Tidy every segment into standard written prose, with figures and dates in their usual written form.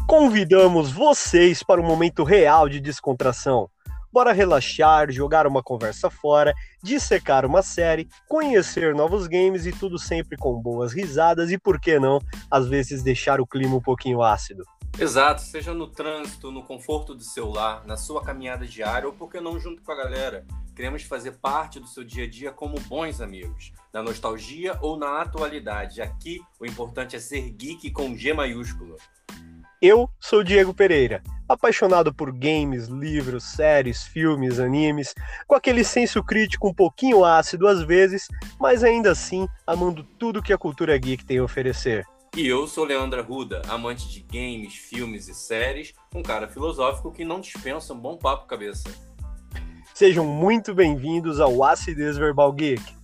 Convidamos vocês para um momento real de descontração. Bora relaxar, jogar uma conversa fora, dissecar uma série, conhecer novos games e tudo sempre com boas risadas e, por que não, às vezes deixar o clima um pouquinho ácido. Exato, seja no trânsito, no conforto do seu lar, na sua caminhada diária ou, por que não, junto com a galera. Queremos fazer parte do seu dia a dia como bons amigos, na nostalgia ou na atualidade. Aqui, o importante é ser geek com G maiúsculo. Eu sou Diego Pereira, apaixonado por games, livros, séries, filmes, animes, com aquele senso crítico um pouquinho ácido às vezes, mas ainda assim amando tudo que a cultura geek tem a oferecer. E eu sou Leandro Arruda, amante de games, filmes e séries, um cara filosófico que não dispensa um bom papo cabeça. Sejam muito bem-vindos ao Acidez Verbal Geek.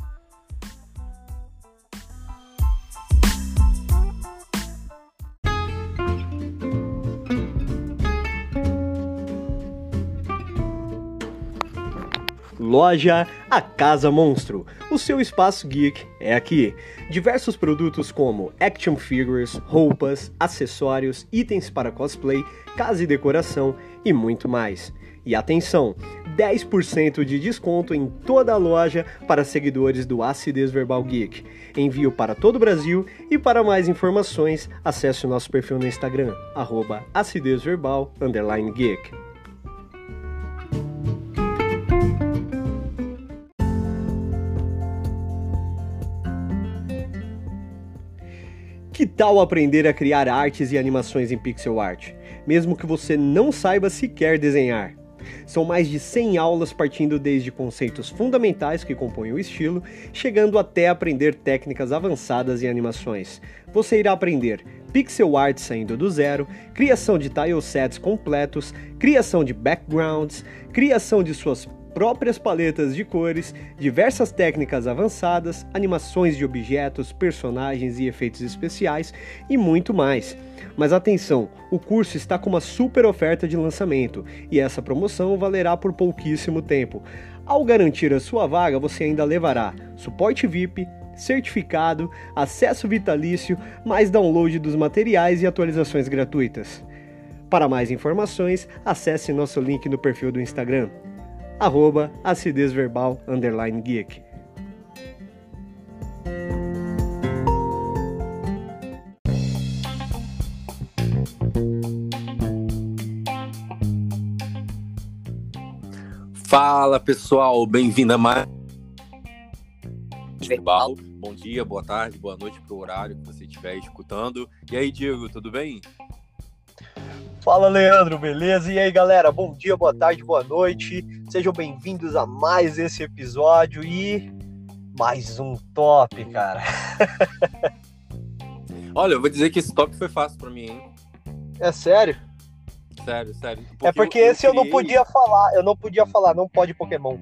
Loja A Casa Monstro. O seu espaço geek é aqui. Diversos produtos como action figures, roupas, acessórios, itens para cosplay, casa e decoração e muito mais. E atenção, 10% de desconto em toda a loja para seguidores do Acidez Verbal Geek. Envio para todo o Brasil e para mais informações, acesse o nosso perfil no Instagram, @acidezverbal_geek. Que tal aprender a criar artes e animações em pixel art, mesmo que você não saiba sequer desenhar? São mais de 100 aulas partindo desde conceitos fundamentais que compõem o estilo, chegando até aprender técnicas avançadas em animações. Você irá aprender pixel art saindo do zero, criação de tilesets completos, criação de backgrounds, criação de suas próprias paletas de cores, diversas técnicas avançadas, animações de objetos, personagens e efeitos especiais e muito mais. Mas atenção, o curso está com uma super oferta de lançamento e essa promoção valerá por pouquíssimo tempo. Ao garantir a sua vaga, você ainda levará suporte VIP, certificado, acesso vitalício, mais download dos materiais e atualizações gratuitas. Para mais informações, acesse nosso link no perfil do Instagram, @acidezverbal_geek. Fala pessoal, bem-vindo a mais Verbal. Bom dia, boa tarde, boa noite para o horário que você estiver escutando. E aí, Diego, tudo bem? Fala, Leandro, beleza? E aí, galera, bom dia, boa tarde, boa noite. Sejam bem-vindos a mais esse episódio e mais um top, cara. Olha, eu vou dizer que esse top foi fácil pra mim, hein? É sério? Sério. É porque esse eu não podia falar, não pode Pokémon.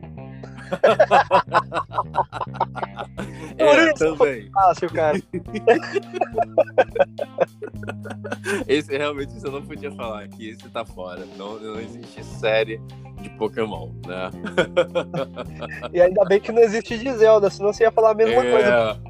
Por isso também. foi fácil, cara. Esse realmente você não podia falar, que esse tá fora. Não existe série de Pokémon, né? E ainda bem que não existe de Zelda, senão você ia falar a mesma coisa.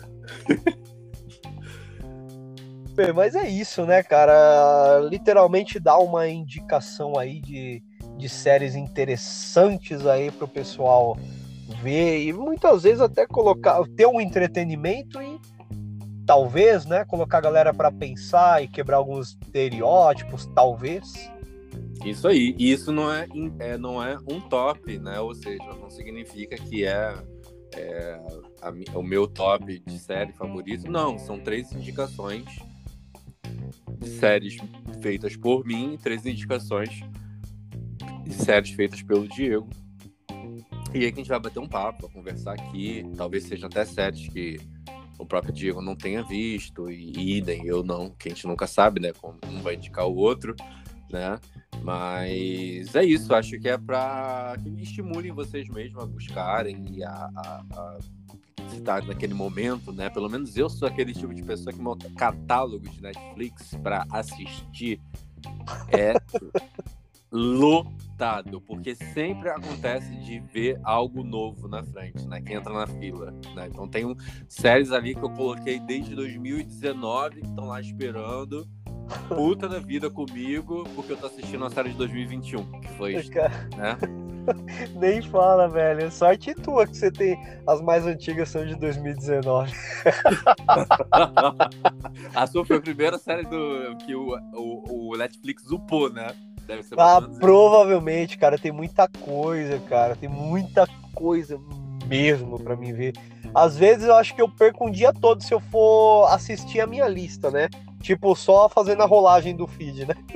Mas é isso, né, cara? Literalmente dá uma indicação aí de séries interessantes aí pro pessoal ver e muitas vezes até ter um entretenimento e talvez, né, colocar a galera para pensar e quebrar alguns estereótipos, talvez. Isso aí. E isso não é um top, né? Ou seja, não significa que o meu top de série favorito. Não, são 3 indicações de séries feitas por mim, 3 indicações de séries feitas pelo Diego. E aí que a gente vai bater um papo, vai conversar aqui. Talvez sejam até séries que o próprio Diego não tenha visto, e idem, eu não, que a gente nunca sabe, né? Como um vai indicar o outro, né? Mas é isso, acho que é para que estimulem vocês mesmos a buscarem e a estar naquele momento, né? Pelo menos eu sou aquele tipo de pessoa que meu catálogo de Netflix para assistir é lotado, porque sempre acontece de ver algo novo na frente, né? Que entra na fila, né? Então tem séries ali que eu coloquei desde 2019 que estão lá esperando puta da vida comigo porque eu tô assistindo uma série de 2021, que foi, Cara, né? nem fala, velho. Sorte tua que você tem. As mais antigas são de 2019. A sua foi a primeira série que o Netflix upou, né? Deve ser Ah, mais ou menos isso. provavelmente, cara, tem muita coisa, cara. Tem muita coisa mesmo pra mim ver. Às vezes eu acho que eu perco um dia todo se eu for assistir a minha lista, né? Tipo, só fazendo a rolagem do feed, né?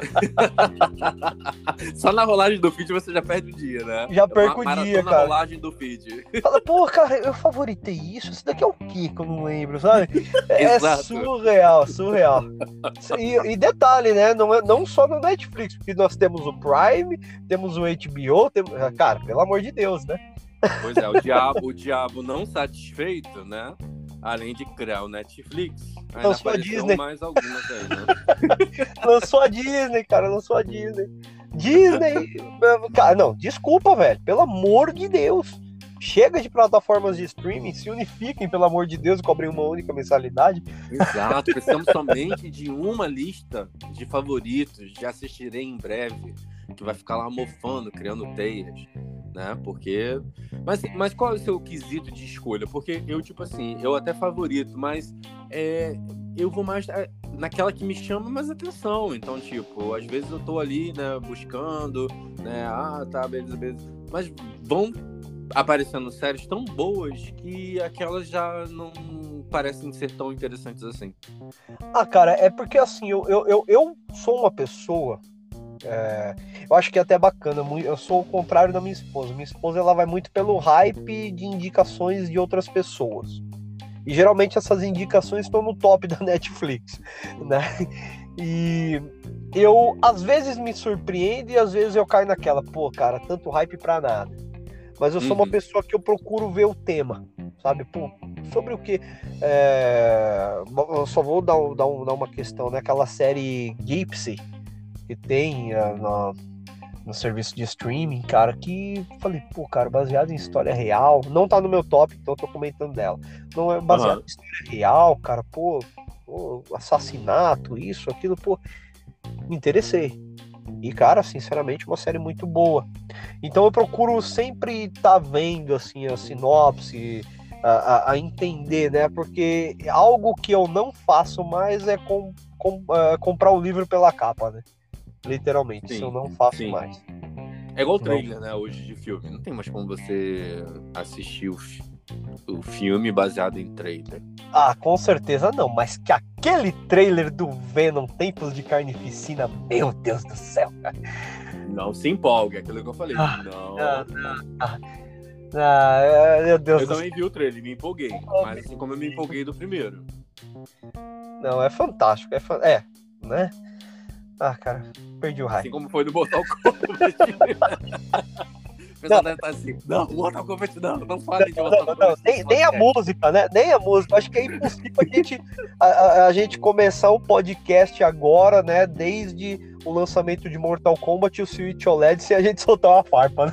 Só na rolagem do feed você já perde o dia, né? Já perco o dia, Maratona cara. rolagem do feed. Fala, pô, cara, eu favoritei isso. Isso daqui é o quê que eu não lembro, sabe? É Exato. surreal, surreal. E detalhe, né? Não só no Netflix, porque nós temos o Prime, temos o HBO, cara, pelo amor de Deus, né? Pois é, o diabo não satisfeito, né? Além de criar o Netflix, ainda Lançou a apareceu Disney. mais algumas aí, né? Lançou a Disney, cara, lançou a Disney. Disney, cara, não, desculpa, velho, pelo amor de Deus. Chega de plataformas de streaming, se unifiquem, pelo amor de Deus, e cobrem uma única mensalidade. Exato, precisamos somente de uma lista de favoritos, já assistirei em breve, que vai ficar lá mofando, criando teias, né? Porque... Mas qual é o seu quesito de escolha? Porque eu, tipo assim, eu até favorito, mas eu vou mais naquela que me chama mais atenção. Então, tipo, às vezes eu tô ali, né, buscando, né? Ah, tá, beleza. Mas vão aparecendo séries tão boas que aquelas já não parecem ser tão interessantes assim. Ah, cara, é porque assim, eu sou uma pessoa. Eu acho que é até bacana. Eu sou o contrário da minha esposa. Minha esposa ela vai muito pelo hype de indicações de outras pessoas. E geralmente essas indicações estão no top da Netflix, né? E eu às vezes me surpreendo e às vezes eu caio naquela, pô, cara, tanto hype pra nada. Mas eu sou uma pessoa que eu procuro ver o tema, sabe? Pô, sobre o que? Eu só vou dar uma questão, né? Aquela série Gypsy que tem no serviço de streaming, cara, que falei, pô, cara, baseado em história real, não tá no meu top, então eu tô comentando dela. Não é baseado em história real, cara, pô, assassinato, isso, aquilo, pô, me interessei. E, cara, sinceramente, uma série muito boa. Então eu procuro sempre estar vendo, assim, a sinopse, a entender, né? Porque algo que eu não faço mais é comprar o livro pela capa, né? Literalmente, isso eu não faço mais. É igual o trailer, né, hoje de filme. Não tem mais como você assistir o filme baseado em trailer. Ah, com certeza não, mas que aquele trailer do Venom Tempos de Carnificina, meu Deus do céu, cara. Não se empolgue, é aquilo que eu falei. Meu Deus eu do também vi o trailer, me empolguei. Mas assim como eu me empolguei do primeiro. Não, é fantástico. Né? Ah, cara, perdi o raio. Assim como foi no Mortal Kombat. O pessoal deve estar assim, não, Mortal Kombat não fale de Mortal Kombat. Nem a música, né? Nem a música. Acho que é impossível a gente começar o podcast agora, né? Desde o lançamento de Mortal Kombat e o Switch OLED, se a gente soltar uma farpa, né?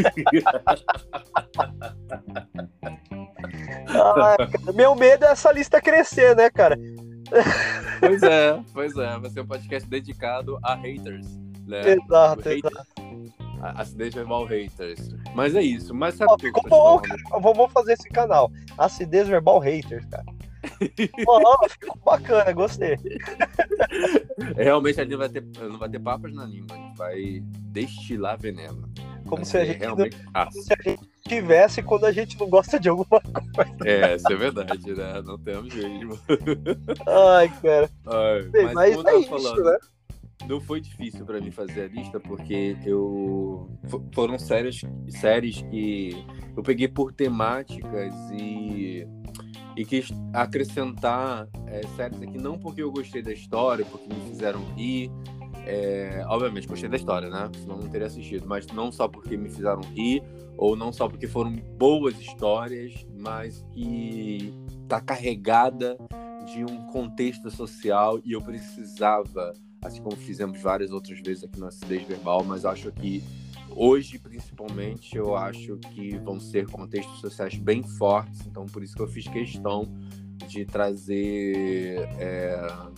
Meu medo é essa lista crescer, né, cara? Pois é. Vai ser um podcast dedicado a haters, né? Exato. Acidez verbal haters. Mas é isso. Mas sabe o que eu tô te falando? Cara, vamos fazer esse canal. Acidez verbal haters, cara. Ficou bacana, gostei. Realmente ali não vai ter papas na língua. A gente vai destilar veneno. Como se a gente realmente se a gente tivesse quando a gente não gosta de alguma coisa. Isso é verdade, né? Não temos mesmo. Ai, cara. Mas como eu tava isso, falando, né? não foi difícil pra mim fazer a lista, porque foram séries que eu peguei por temáticas e quis acrescentar séries aqui, não porque eu gostei da história, porque me fizeram rir. Obviamente, gostei da história, né? Senão não teria assistido. Mas não só porque me fizeram rir, ou não só porque foram boas histórias, mas que tá carregada de um contexto social e eu precisava, assim como fizemos várias outras vezes aqui no Acidez Verbal, mas acho que hoje, principalmente, eu acho que vão ser contextos sociais bem fortes, então por isso que eu fiz questão de trazer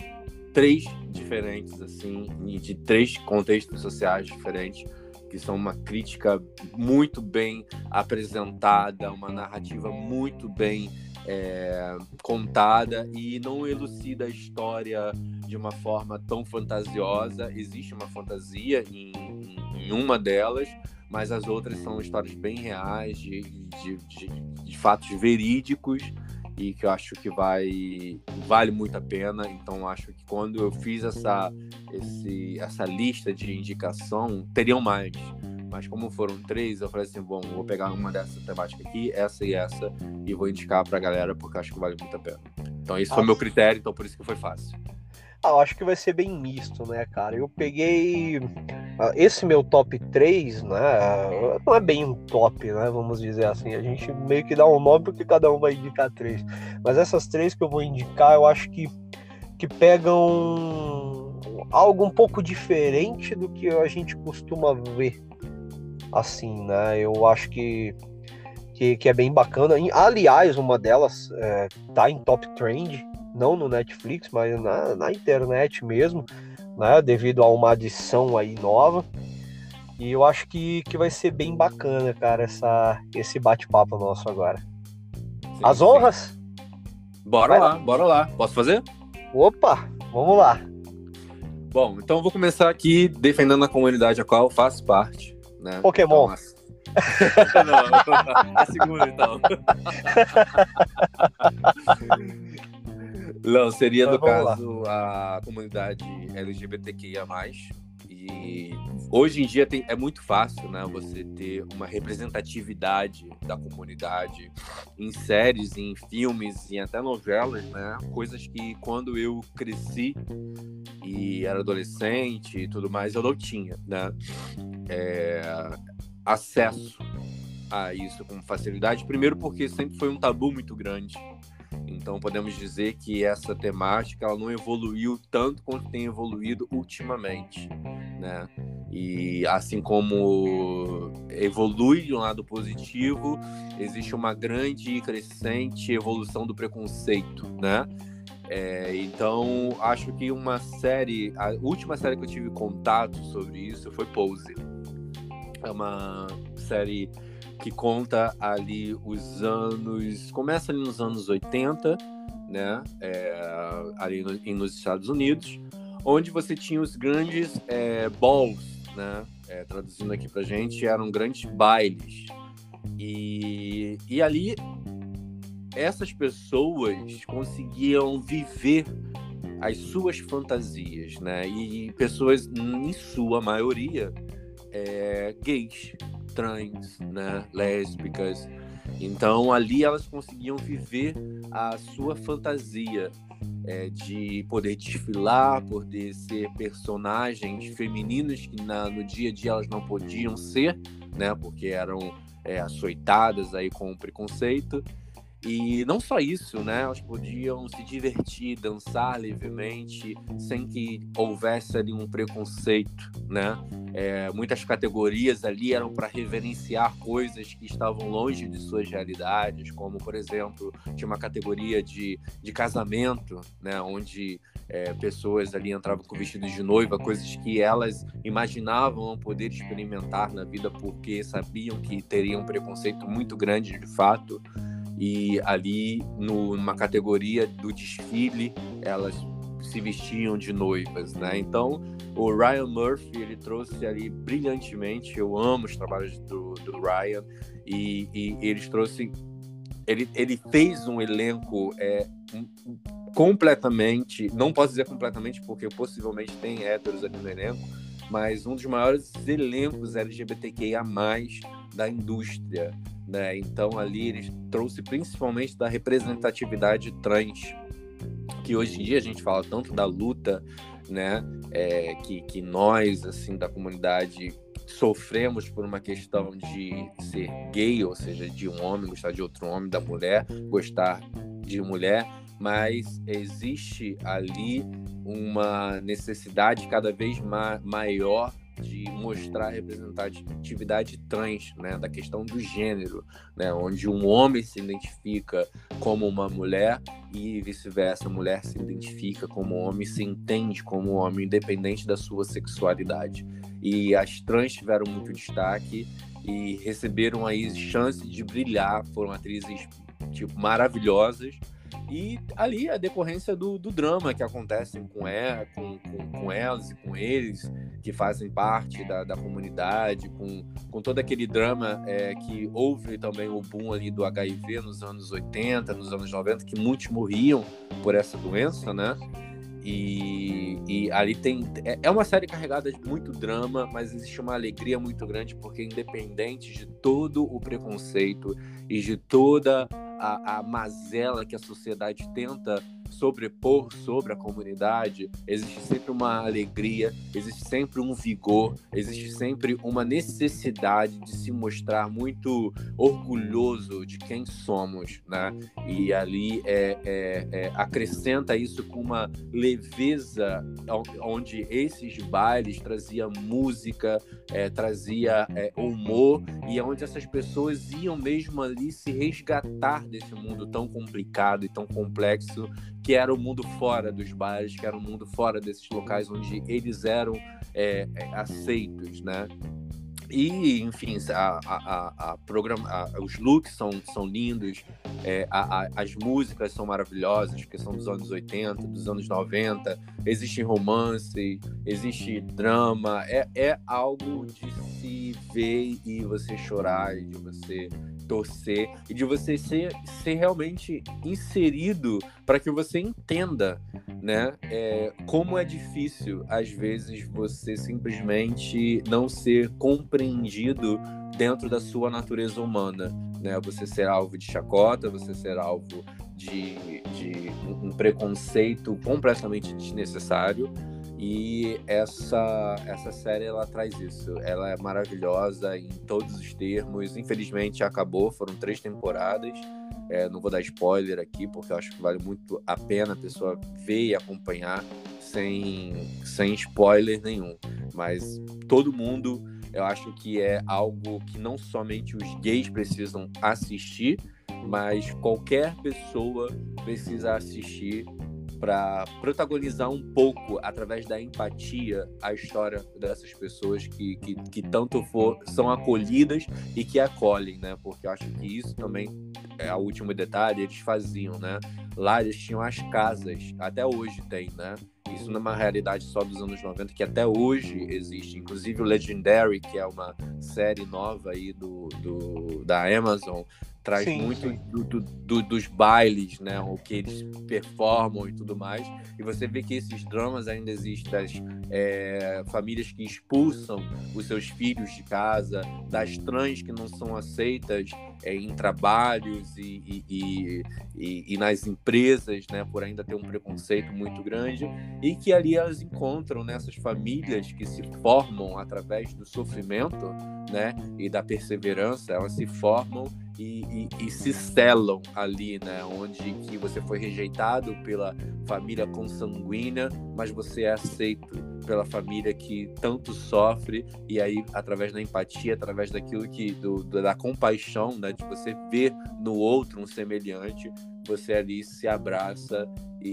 três diferentes, assim, e de três contextos sociais diferentes, que são uma crítica muito bem apresentada, uma narrativa muito bem contada, e não elucida a história de uma forma tão fantasiosa. Existe uma fantasia em uma delas, mas as outras são histórias bem reais, de fatos verídicos, e que eu acho que vale muito a pena. Então acho que quando eu fiz essa lista de indicação, teriam mais, mas como foram três, eu falei assim, bom, vou pegar uma dessa temática aqui, essa e essa, e vou indicar pra galera, porque eu acho que vale muito a pena. Então esse foi meu critério, então por isso que foi fácil. Eu acho que vai ser bem misto, né, cara? Eu peguei esse meu top 3, né? Não é bem um top, né? Vamos dizer assim. A gente meio que dá um nome porque cada um vai indicar três. Mas essas três que eu vou indicar, eu acho que pegam algo um pouco diferente do que a gente costuma ver. Assim, né? Eu acho que é bem bacana. Aliás, uma delas tá em top trend, não no Netflix, mas na internet mesmo, né? Devido a uma adição aí nova. E eu acho que vai ser bem bacana, cara, esse bate-papo nosso agora. Sim, As honras? Bora lá. Posso fazer? Opa, vamos lá. Bom, então eu vou começar aqui defendendo a comunidade a qual eu faço parte, né? Pokémon. Então, não, a segunda, então. Não, seria, no caso, a comunidade LGBTQIA+. E hoje em dia é muito fácil, né, você ter uma representatividade da comunidade em séries, em filmes e até novelas, né? Coisas que quando eu cresci e era adolescente e tudo mais, eu não tinha, né? Acesso a isso com facilidade. Primeiro porque sempre foi um tabu muito grande. Então podemos dizer que essa temática ela não evoluiu tanto quanto tem evoluído ultimamente, né? E assim como evolui de um lado positivo, existe uma grande e crescente evolução do preconceito, né? Então acho que a última série que eu tive contato sobre isso foi Pose. É uma série que conta ali começa ali nos anos 80, né? Ali nos Estados Unidos, onde você tinha os grandes balls, né? Traduzindo aqui pra gente, eram grandes bailes. E ali essas pessoas conseguiam viver as suas fantasias, né? E pessoas, em sua maioria, gays, trans, né, lésbicas. Então ali elas conseguiam viver a sua fantasia de poder desfilar, poder ser personagens femininos que no dia a dia elas não podiam ser, né, porque eram açoitadas aí com o preconceito. E não só isso, né? Elas podiam se divertir, dançar livremente, sem que houvesse ali um preconceito, né? Muitas categorias ali eram para reverenciar coisas que estavam longe de suas realidades, como, por exemplo, tinha uma categoria de casamento, né? Onde pessoas ali entravam com vestidos de noiva, coisas que elas imaginavam não poder experimentar na vida porque sabiam que teriam um preconceito muito grande de fato. E ali, numa categoria do desfile, elas se vestiam de noivas, né? Então, o Ryan Murphy, ele trouxe ali brilhantemente, eu amo os trabalhos do Ryan, e eles trouxe... Ele fez um elenco completamente... Não posso dizer completamente, porque possivelmente tem héteros aqui no elenco, mas um dos maiores elencos LGBTQIA+, da indústria, né? Então ali eles trouxe principalmente da representatividade trans, que hoje em dia a gente fala tanto da luta, né? Que nós, assim, da comunidade sofremos por uma questão de ser gay, ou seja, de um homem gostar de outro homem, da mulher gostar de mulher, mas existe ali uma necessidade cada vez maior de mostrar a representatividade trans, né, da questão do gênero, né, onde um homem se identifica como uma mulher e vice-versa, a mulher se identifica como homem, se entende como homem, independente da sua sexualidade. E as trans tiveram muito destaque e receberam aí chance de brilhar, foram atrizes tipo, maravilhosas. E ali a decorrência do drama que acontece com elas e com eles, que fazem parte da comunidade, com todo aquele drama que houve também o boom ali do HIV nos anos 80, nos anos 90, que muitos morriam por essa doença, né? E ali é uma série carregada de muito drama, mas existe uma alegria muito grande, porque independente de todo o preconceito e de toda a mazela que a sociedade tenta sobrepor sobre a comunidade, existe sempre uma alegria, existe sempre um vigor, existe sempre uma necessidade de se mostrar muito orgulhoso de quem somos, né? E ali acrescenta isso com uma leveza, onde esses bailes trazia música, trazia humor, e onde essas pessoas iam mesmo ali se resgatar desse mundo tão complicado e tão complexo que era o mundo fora dos bares, que era o mundo fora desses locais onde eles eram aceitos, né? E, enfim, os looks são lindos, as músicas são maravilhosas, porque são dos anos 80, dos anos 90, existe romance, existe drama, é algo de se ver e você chorar, e de você torcer, e de você ser realmente inserido para que você entenda, né, como é difícil, às vezes, você simplesmente não ser compreendido dentro da sua natureza humana, né? Você ser alvo de chacota, você ser alvo de um preconceito completamente desnecessário. E essa série, ela traz isso. Ela é maravilhosa em todos os termos. Infelizmente acabou, foram 3 temporadas. Não vou dar spoiler aqui, porque eu acho que vale muito a pena a pessoa ver e acompanhar sem spoiler nenhum. Mas todo mundo, eu acho que é algo que não somente os gays precisam assistir, mas qualquer pessoa precisa assistir para protagonizar um pouco, através da empatia, a história dessas pessoas que tanto são acolhidas e que acolhem, né? Porque eu acho que isso também é o último detalhe, eles faziam, né? Lá eles tinham as casas, até hoje tem, né? Isso não é uma realidade só dos anos 90, que até hoje existe. Inclusive o Legendary, que é uma série nova aí da Amazon, traz muito dos bailes, né? O que eles performam e tudo mais. E você vê que esses dramas ainda existem, das famílias que expulsam os seus filhos de casa, das trans que não são aceitas em trabalhos e nas empresas, né? Por ainda ter um preconceito muito grande. E que ali elas encontram, nessas famílias que se formam através do sofrimento, né? E da perseverança, elas se formam e se selam ali, né? Onde que você foi rejeitado pela família consanguínea, mas você é aceito pela família que tanto sofre, e aí, através da empatia, através daquilo da compaixão, né? De você ver no outro um semelhante, você ali se abraça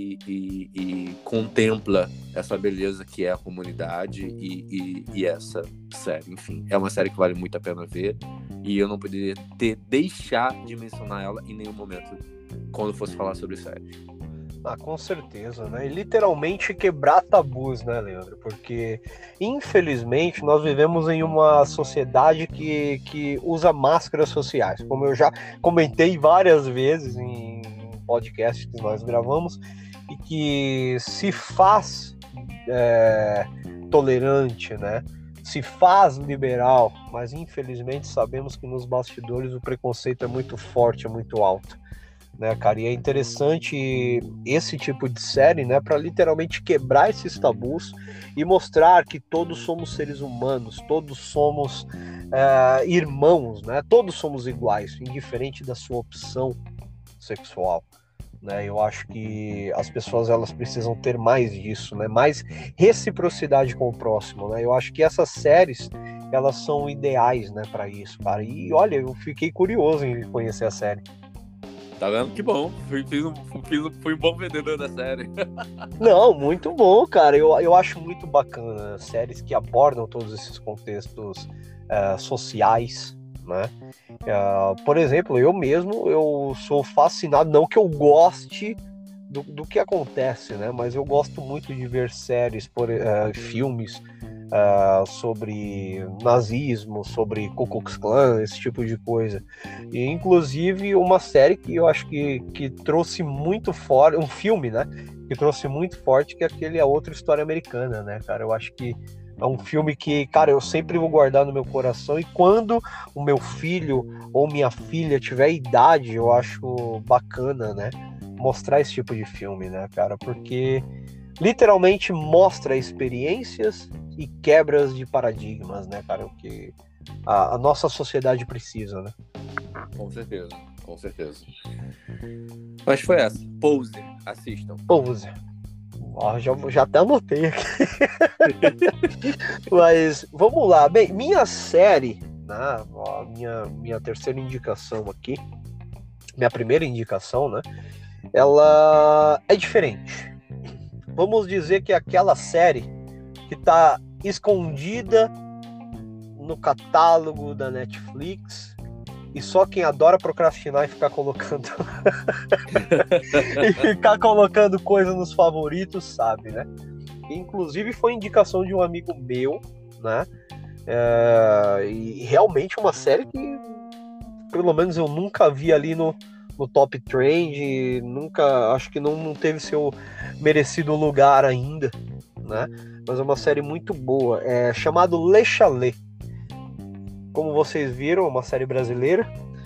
e contempla essa beleza que é a comunidade e essa série. Enfim, é uma série que vale muito a pena ver, e eu não poderia deixar de mencionar ela em nenhum momento quando fosse falar sobre séries. Com certeza, né? E literalmente quebrar tabus, né, Leandro? Porque, infelizmente, nós vivemos em uma sociedade que usa máscaras sociais. Como eu já comentei várias vezes em podcasts que nós gravamos, e que se faz tolerante, né? Se faz liberal, mas infelizmente sabemos que nos bastidores o preconceito é muito forte, é muito alto, né, cara? E é interessante esse tipo de série, né, para literalmente quebrar esses tabus e mostrar que todos somos seres humanos, todos somos irmãos, né? Todos somos iguais, indiferente da sua opção sexual, né? Eu acho que as pessoas elas precisam ter mais disso, né? Mais reciprocidade com o próximo, né? Eu acho que essas séries elas são ideais, né, para isso, cara. E olha, eu fiquei curioso em conhecer a série. Tá vendo? Que bom. Fui um bom vendedor da série. Não, muito bom, cara. Eu acho muito bacana séries que abordam todos esses contextos sociais, né? Por exemplo, eu sou fascinado, não que eu goste do que acontece, né? Mas eu gosto muito de ver séries, filmes sobre nazismo, sobre Ku Klux Klan, esse tipo de coisa. E inclusive uma série que eu acho que trouxe muito forte, um filme, né? Que trouxe muito forte, que é aquele A Outra História Americana, né, cara? Eu acho que é um filme que, cara, eu sempre vou guardar no meu coração, e quando o meu filho ou minha filha tiver idade, eu acho bacana, né, mostrar esse tipo de filme, né, cara? Porque literalmente mostra experiências e quebras de paradigmas, né, cara? O que a nossa sociedade precisa, né? Com certeza, com certeza. Mas foi essa. Pose, assistam. Pose. Já até anotei aqui. Mas vamos lá. Bem, minha série, né, minha terceira indicação aqui, minha primeira indicação, né? Ela é diferente. Vamos dizer que é aquela série que tá escondida no catálogo da Netflix e só quem adora procrastinar e ficar colocando e ficar colocando coisa nos favoritos sabe, né? Inclusive foi indicação de um amigo meu, né? E realmente uma série que pelo menos eu nunca vi ali no top trend, nunca, acho que não teve seu merecido lugar ainda, né? Mas é uma série muito boa, é chamado Le Chalet. Como vocês viram, uma série brasileira.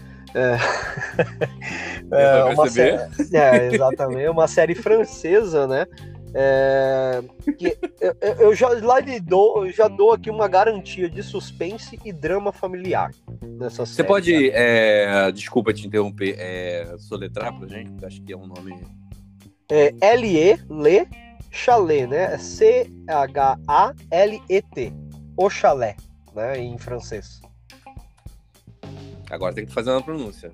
Exatamente, uma série francesa, né? Que eu já dou aqui uma garantia de suspense e drama familiar nessa série. Você pode, desculpa te interromper, soletrar pra gente, porque acho que é um nome... L-E, Le Chalet, né? C-H-A-L-E-T, o Chalet, né? Em francês. Agora tem que fazer uma pronúncia.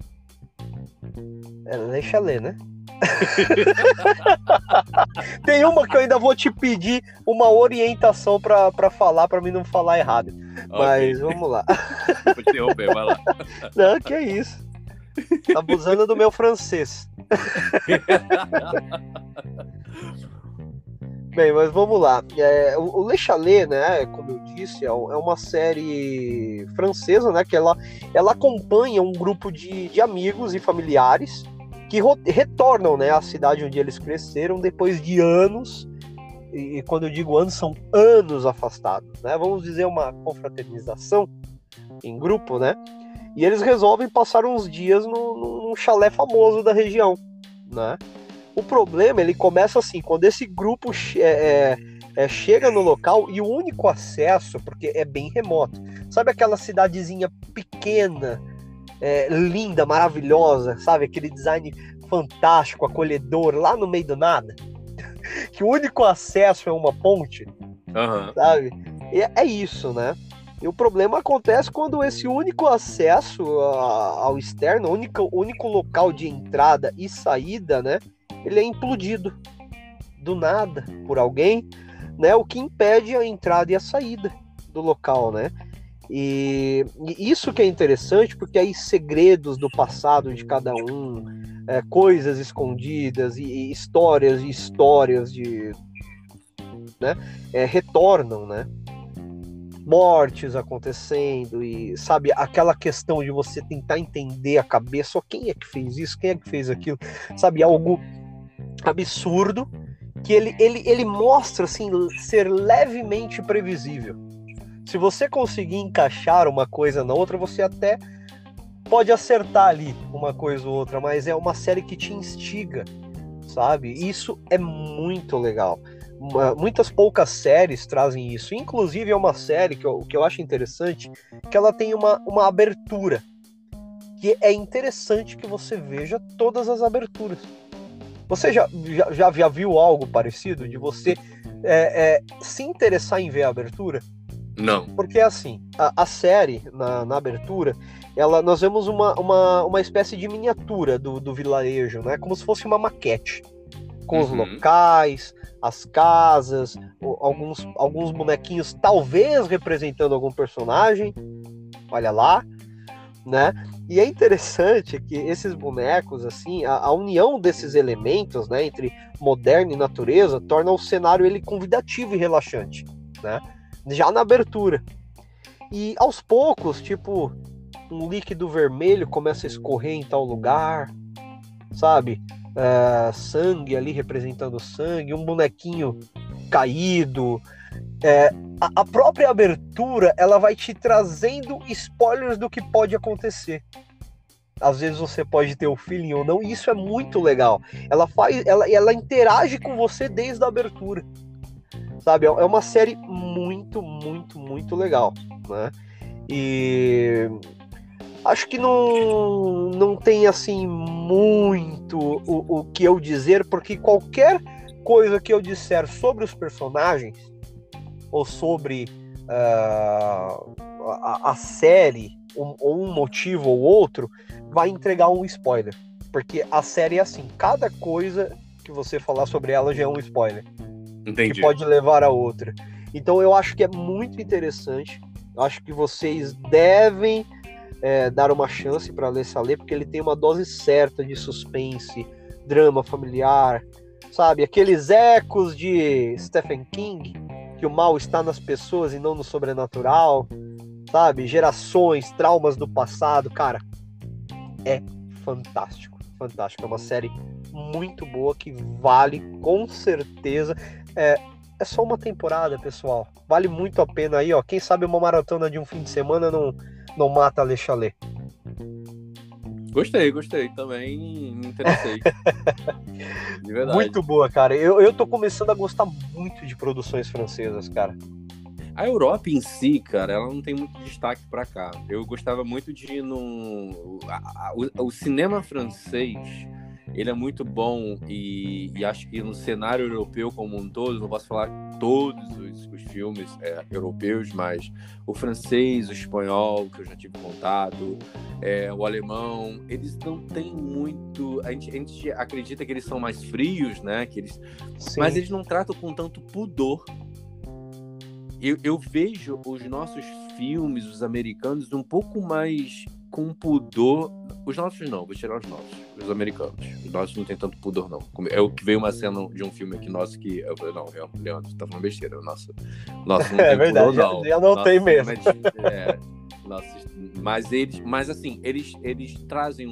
Le Chalet, né? Tem uma que eu ainda vou te pedir uma orientação pra falar, pra mim não falar errado. Mas okay. Vamos lá. Vou te interromper, vai lá. Não, que isso. Abusando do meu francês. Bem, mas vamos lá. O Le Chalet, né, como eu disse, é uma série francesa, né, que ela acompanha um grupo de amigos e familiares que retornam, né, à cidade onde eles cresceram depois de anos, e quando eu digo anos, são anos afastados, né, vamos dizer uma confraternização em grupo, né, e eles resolvem passar uns dias num chalé famoso da região, né. O problema, ele começa assim, quando esse grupo chega no local e o único acesso, porque é bem remoto, sabe aquela cidadezinha pequena, linda, maravilhosa, sabe? Aquele design fantástico, acolhedor, lá no meio do nada, que o único acesso é uma ponte, sabe? E é isso, né? E o problema acontece quando esse único acesso ao externo, único local de entrada e saída, né? Ele é implodido do nada por alguém, né? O que impede a entrada e a saída do local, né? E isso que é interessante, porque aí segredos do passado de cada um, coisas escondidas e histórias né? Retornam, né? Mortes acontecendo e, sabe, aquela questão de você tentar entender a cabeça, quem é que fez isso, quem é que fez aquilo, sabe, algo absurdo que ele mostra assim ser levemente previsível. Se você conseguir encaixar uma coisa na outra, você até pode acertar ali uma coisa ou outra, mas é uma série que te instiga, sabe? Isso é muito legal. Muitas poucas séries trazem isso. Inclusive é uma série que eu acho interessante, que ela tem uma abertura, que é interessante que você veja todas as aberturas. Você já viu algo parecido? De você se interessar em ver a abertura? Não. Porque assim, a série, na abertura, nós vemos uma espécie de miniatura do vilarejo, né? Como se fosse uma maquete. Com os locais, as casas, alguns bonequinhos, talvez representando algum personagem. Olha lá, né? E é interessante que esses bonecos, assim, a união desses elementos, né, entre moderno e natureza, torna o cenário ele convidativo e relaxante, né? Já na abertura. E aos poucos, tipo, um líquido vermelho começa a escorrer em tal lugar, sabe? Sangue ali representando sangue, um bonequinho caído. A própria abertura, ela vai te trazendo spoilers do que pode acontecer. Às vezes você pode ter o feeling ou não, e isso é muito legal. Ela interage com você desde a abertura. Sabe? É uma série muito, muito, muito legal, né? E acho que não tem assim muito o que eu dizer, porque qualquer coisa que eu disser sobre os personagens ou sobre a série, ou um motivo ou outro, vai entregar um spoiler. Porque a série é assim, cada coisa que você falar sobre ela já é um spoiler. Entendi. Que pode levar a outra. Então eu acho que é muito interessante. Eu acho que vocês devem dar uma chance para ler Salé, porque ele tem uma dose certa de suspense, drama familiar, sabe? Aqueles ecos de Stephen King, que o mal está nas pessoas e não no sobrenatural, sabe? Gerações, traumas do passado, cara. É fantástico, fantástico. É uma série muito boa que vale, com certeza. É só uma temporada, pessoal. Vale muito a pena aí, ó. Quem sabe uma maratona de um fim de semana não mata Le Chalet. Gostei também, me interessei. De verdade. Muito boa, cara. Eu tô começando a gostar muito de produções francesas, cara. A Europa em si, cara, ela não tem muito destaque pra cá. Eu gostava muito de ir no... O cinema francês, ele é muito bom e acho que no cenário europeu como um todo, não posso falar todos os filmes europeus, mas o francês, o espanhol, que eu já tive contato, o alemão, eles não têm muito... A gente acredita que eles são mais frios, né? Mas eles não tratam com tanto pudor. Eu vejo os nossos filmes, os americanos, um pouco mais com pudor. Os nossos não, vou tirar os nossos, os americanos. Os nossos não tem tanto pudor, não. É o que veio uma cena de um filme aqui nosso que eu falei, não, Leandro, você tá falando besteira. O nosso não tem verdade, pudor, não. Já não tem mesmo. Mas assim, eles trazem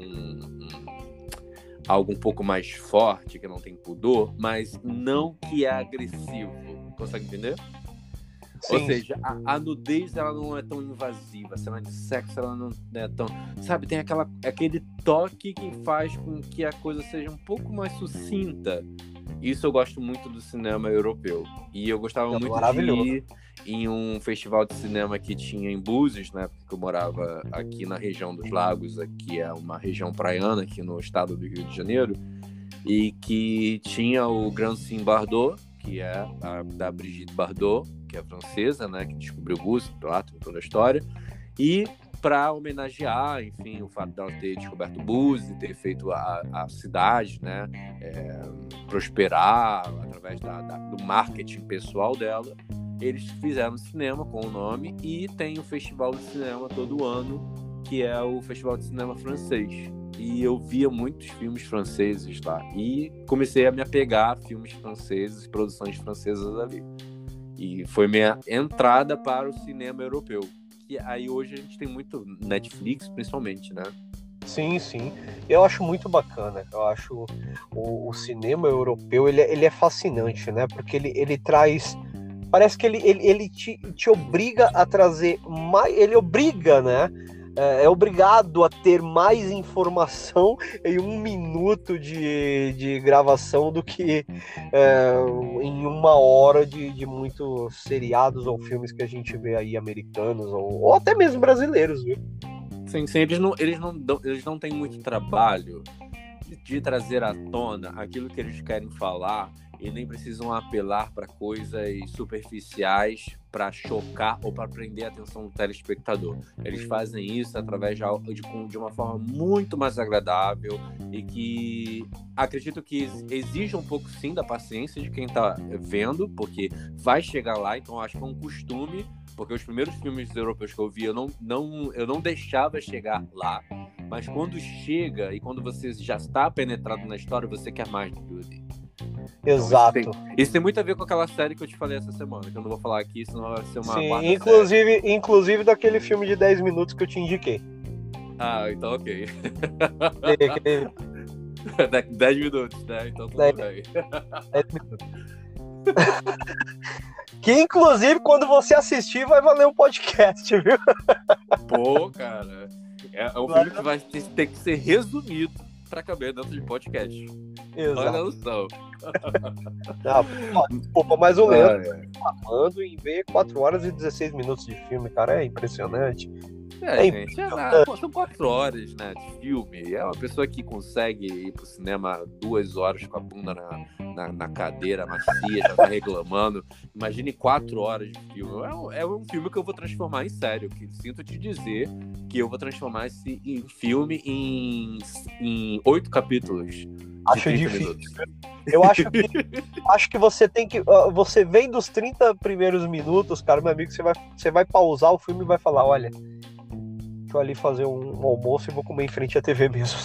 algo um pouco mais forte, que não tem pudor, mas não que é agressivo. Consegue entender? Sim. Ou seja, a nudez ela não é tão invasiva, a cena de sexo ela não é tão... Sabe, tem aquele toque que faz com que a coisa seja um pouco mais sucinta. Isso eu gosto muito do cinema europeu. E eu gostava muito de ir em um festival de cinema que tinha em Búzios, né? Porque eu morava aqui na região dos Lagos, que é uma região praiana aqui no estado do Rio de Janeiro, e que tinha o Grand Cine Bardot, que é da Brigitte Bardot, que é francesa, né, que descobriu Búzios, lá tem toda a história, e para homenagear, enfim, o fato dela ter descoberto Búzios e ter feito a cidade, né, prosperar através do marketing pessoal dela, eles fizeram cinema com o nome e tem o festival de cinema todo ano, que é o Festival de Cinema Francês. E eu via muitos filmes franceses lá. E comecei a me apegar a filmes franceses, produções francesas ali. E foi minha entrada para o cinema europeu. E aí hoje a gente tem muito Netflix, principalmente, né? Sim, sim. Eu acho muito bacana. Eu acho o cinema europeu, ele é fascinante, né? Porque ele traz... Parece que ele te obriga a trazer mais... Ele obriga, né? É obrigado a ter mais informação em 1 minuto de gravação do que em 1 hora de muitos seriados ou filmes que a gente vê aí americanos ou até mesmo brasileiros, viu? Sim, eles não têm muito trabalho de de trazer à tona aquilo que eles querem falar e nem precisam apelar para coisas superficiais para chocar ou para prender a atenção do telespectador. Eles fazem isso através de uma forma muito mais agradável e que acredito que exige um pouco sim da paciência de quem está vendo, porque vai chegar lá, então acho que é um costume, porque os primeiros filmes europeus que eu vi eu não deixava chegar lá, mas quando chega e quando você já está penetrado na história, você quer mais do que o Exato. Então, isso tem muito a ver com aquela série que eu te falei essa semana, que eu não vou falar aqui, senão vai ser uma quarta série. Inclusive daquele filme de 10 minutos que eu te indiquei. Ah, então ok. 10 minutos, né? Então tudo bem. 10 minutos. Que inclusive quando você assistir vai valer um podcast, viu? Pô, cara. É um filme que vai ter que ser resumido pra caber dentro de podcast. Exato. Olha a noção. Desculpa, mas o Leandro falando em ver 4 horas e 16 minutos de filme, cara, é impressionante. Gente, são 4 horas, né, de filme. É uma pessoa que consegue ir pro cinema 2 horas com a bunda na cadeira macia, já tá reclamando. Imagine 4 horas de filme. É um filme que eu vou transformar em sério, que sinto te dizer que eu vou transformar esse filme em 8 capítulos. Acho difícil. Eu acho que você tem que. Você vem dos 30 primeiros minutos, cara, meu amigo, você vai pausar o filme e vai falar: olha, deixa eu ali fazer um almoço e vou comer em frente à TV mesmo.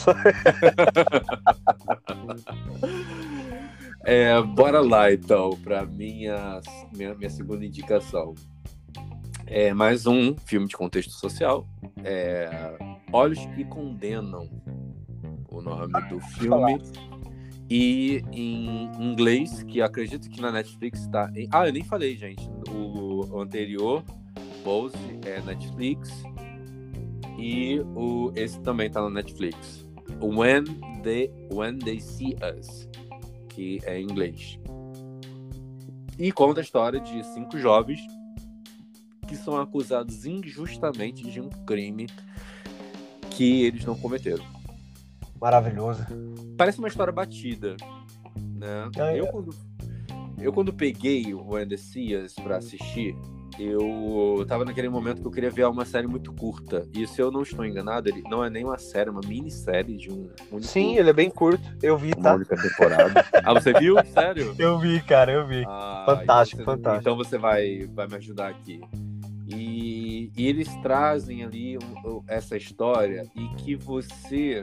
Bora lá então, para minha segunda indicação. É mais um filme de contexto social. Olhos que Condenam, o nome do filme. E em inglês, que eu acredito que na Netflix tá em... eu nem falei, gente. O anterior, Pose, é Netflix. E esse também tá na Netflix. When They See Us, que é em inglês. E conta a história de 5 jovens que são acusados injustamente de um crime que eles não cometeram. Maravilhoso. Parece uma história batida, né? Eu quando peguei o When They See Us pra assistir, eu tava naquele momento que eu queria ver uma série muito curta. E se eu não estou enganado, ele não é nem uma série, é uma minissérie de um único... Sim, ele é bem curto. Eu vi, uma única temporada. Você viu? Sério? Eu vi, cara, eu vi. Fantástico, fantástico. Então você vai me ajudar aqui. E eles trazem ali essa história e que você...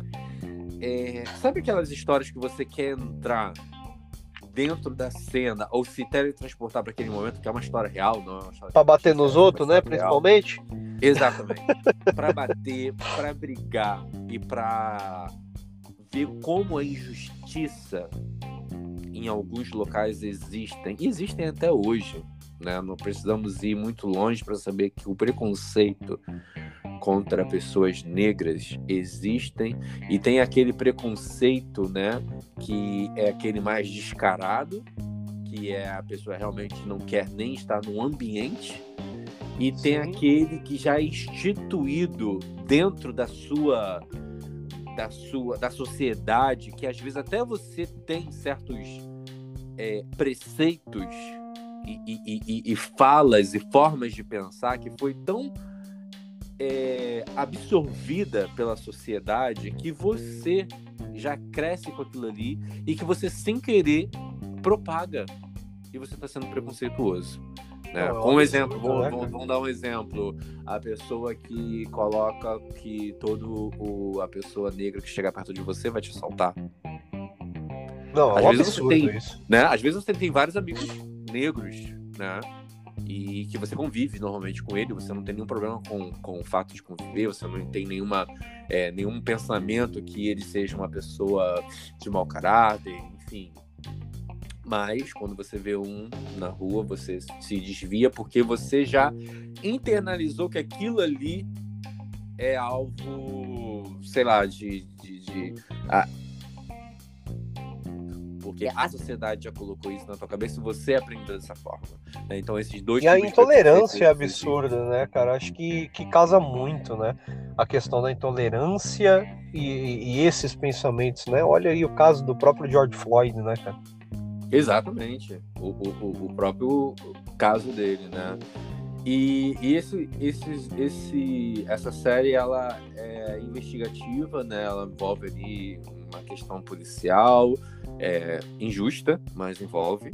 sabe aquelas histórias que você quer entrar dentro da cena ou se teletransportar para aquele momento, que é uma história real, não é uma história... Pra bater nos outros, né? Principalmente. Exatamente. Pra bater, pra brigar e pra ver como a injustiça em alguns locais existem. E existem até hoje, né? Não precisamos ir muito longe para saber que o preconceito contra pessoas negras existem, e tem aquele preconceito, né, que é aquele mais descarado, que é a pessoa realmente não quer nem estar no ambiente, e tem aquele que já é instituído dentro da sociedade, que às vezes até você tem certos preceitos e falas e formas de pensar que foi tão absorvida pela sociedade que você já cresce com aquilo ali e que você sem querer propaga e você está sendo preconceituoso, né? Com um exemplo, vamos dar um exemplo: a pessoa que coloca que a pessoa negra que chega perto de você vai te assaltar. Não, às vezes absurdo você tem, isso, né? Às vezes você tem vários amigos negros, né? E que você convive normalmente com ele, você não tem nenhum problema com o fato de conviver, você não tem nenhum pensamento que ele seja uma pessoa de mau caráter, enfim. Mas quando você vê um na rua, você se desvia porque você já internalizou que aquilo ali é alvo, sei lá, porque a sociedade já colocou isso na tua cabeça e você aprendeu dessa forma, né? Então esses dois... E a intolerância é absurda, né, cara? Acho que casa muito, né? a questão da intolerância e esses pensamentos, né? Olha aí o caso do próprio George Floyd, né, cara? Exatamente. O próprio caso dele, né? E essa série, ela é investigativa, né? Ela envolve ali uma questão policial, injusta, mas envolve.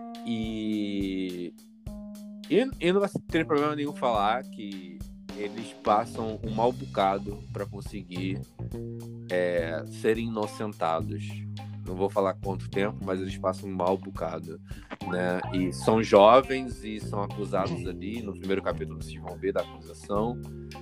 E não vai ter problema nenhum falar que eles passam um mau bocado para conseguir serem inocentados. Não vou falar quanto tempo, mas eles passam um mau bocado, né? E são jovens e são acusados ali. No primeiro capítulo vocês vão ver da acusação.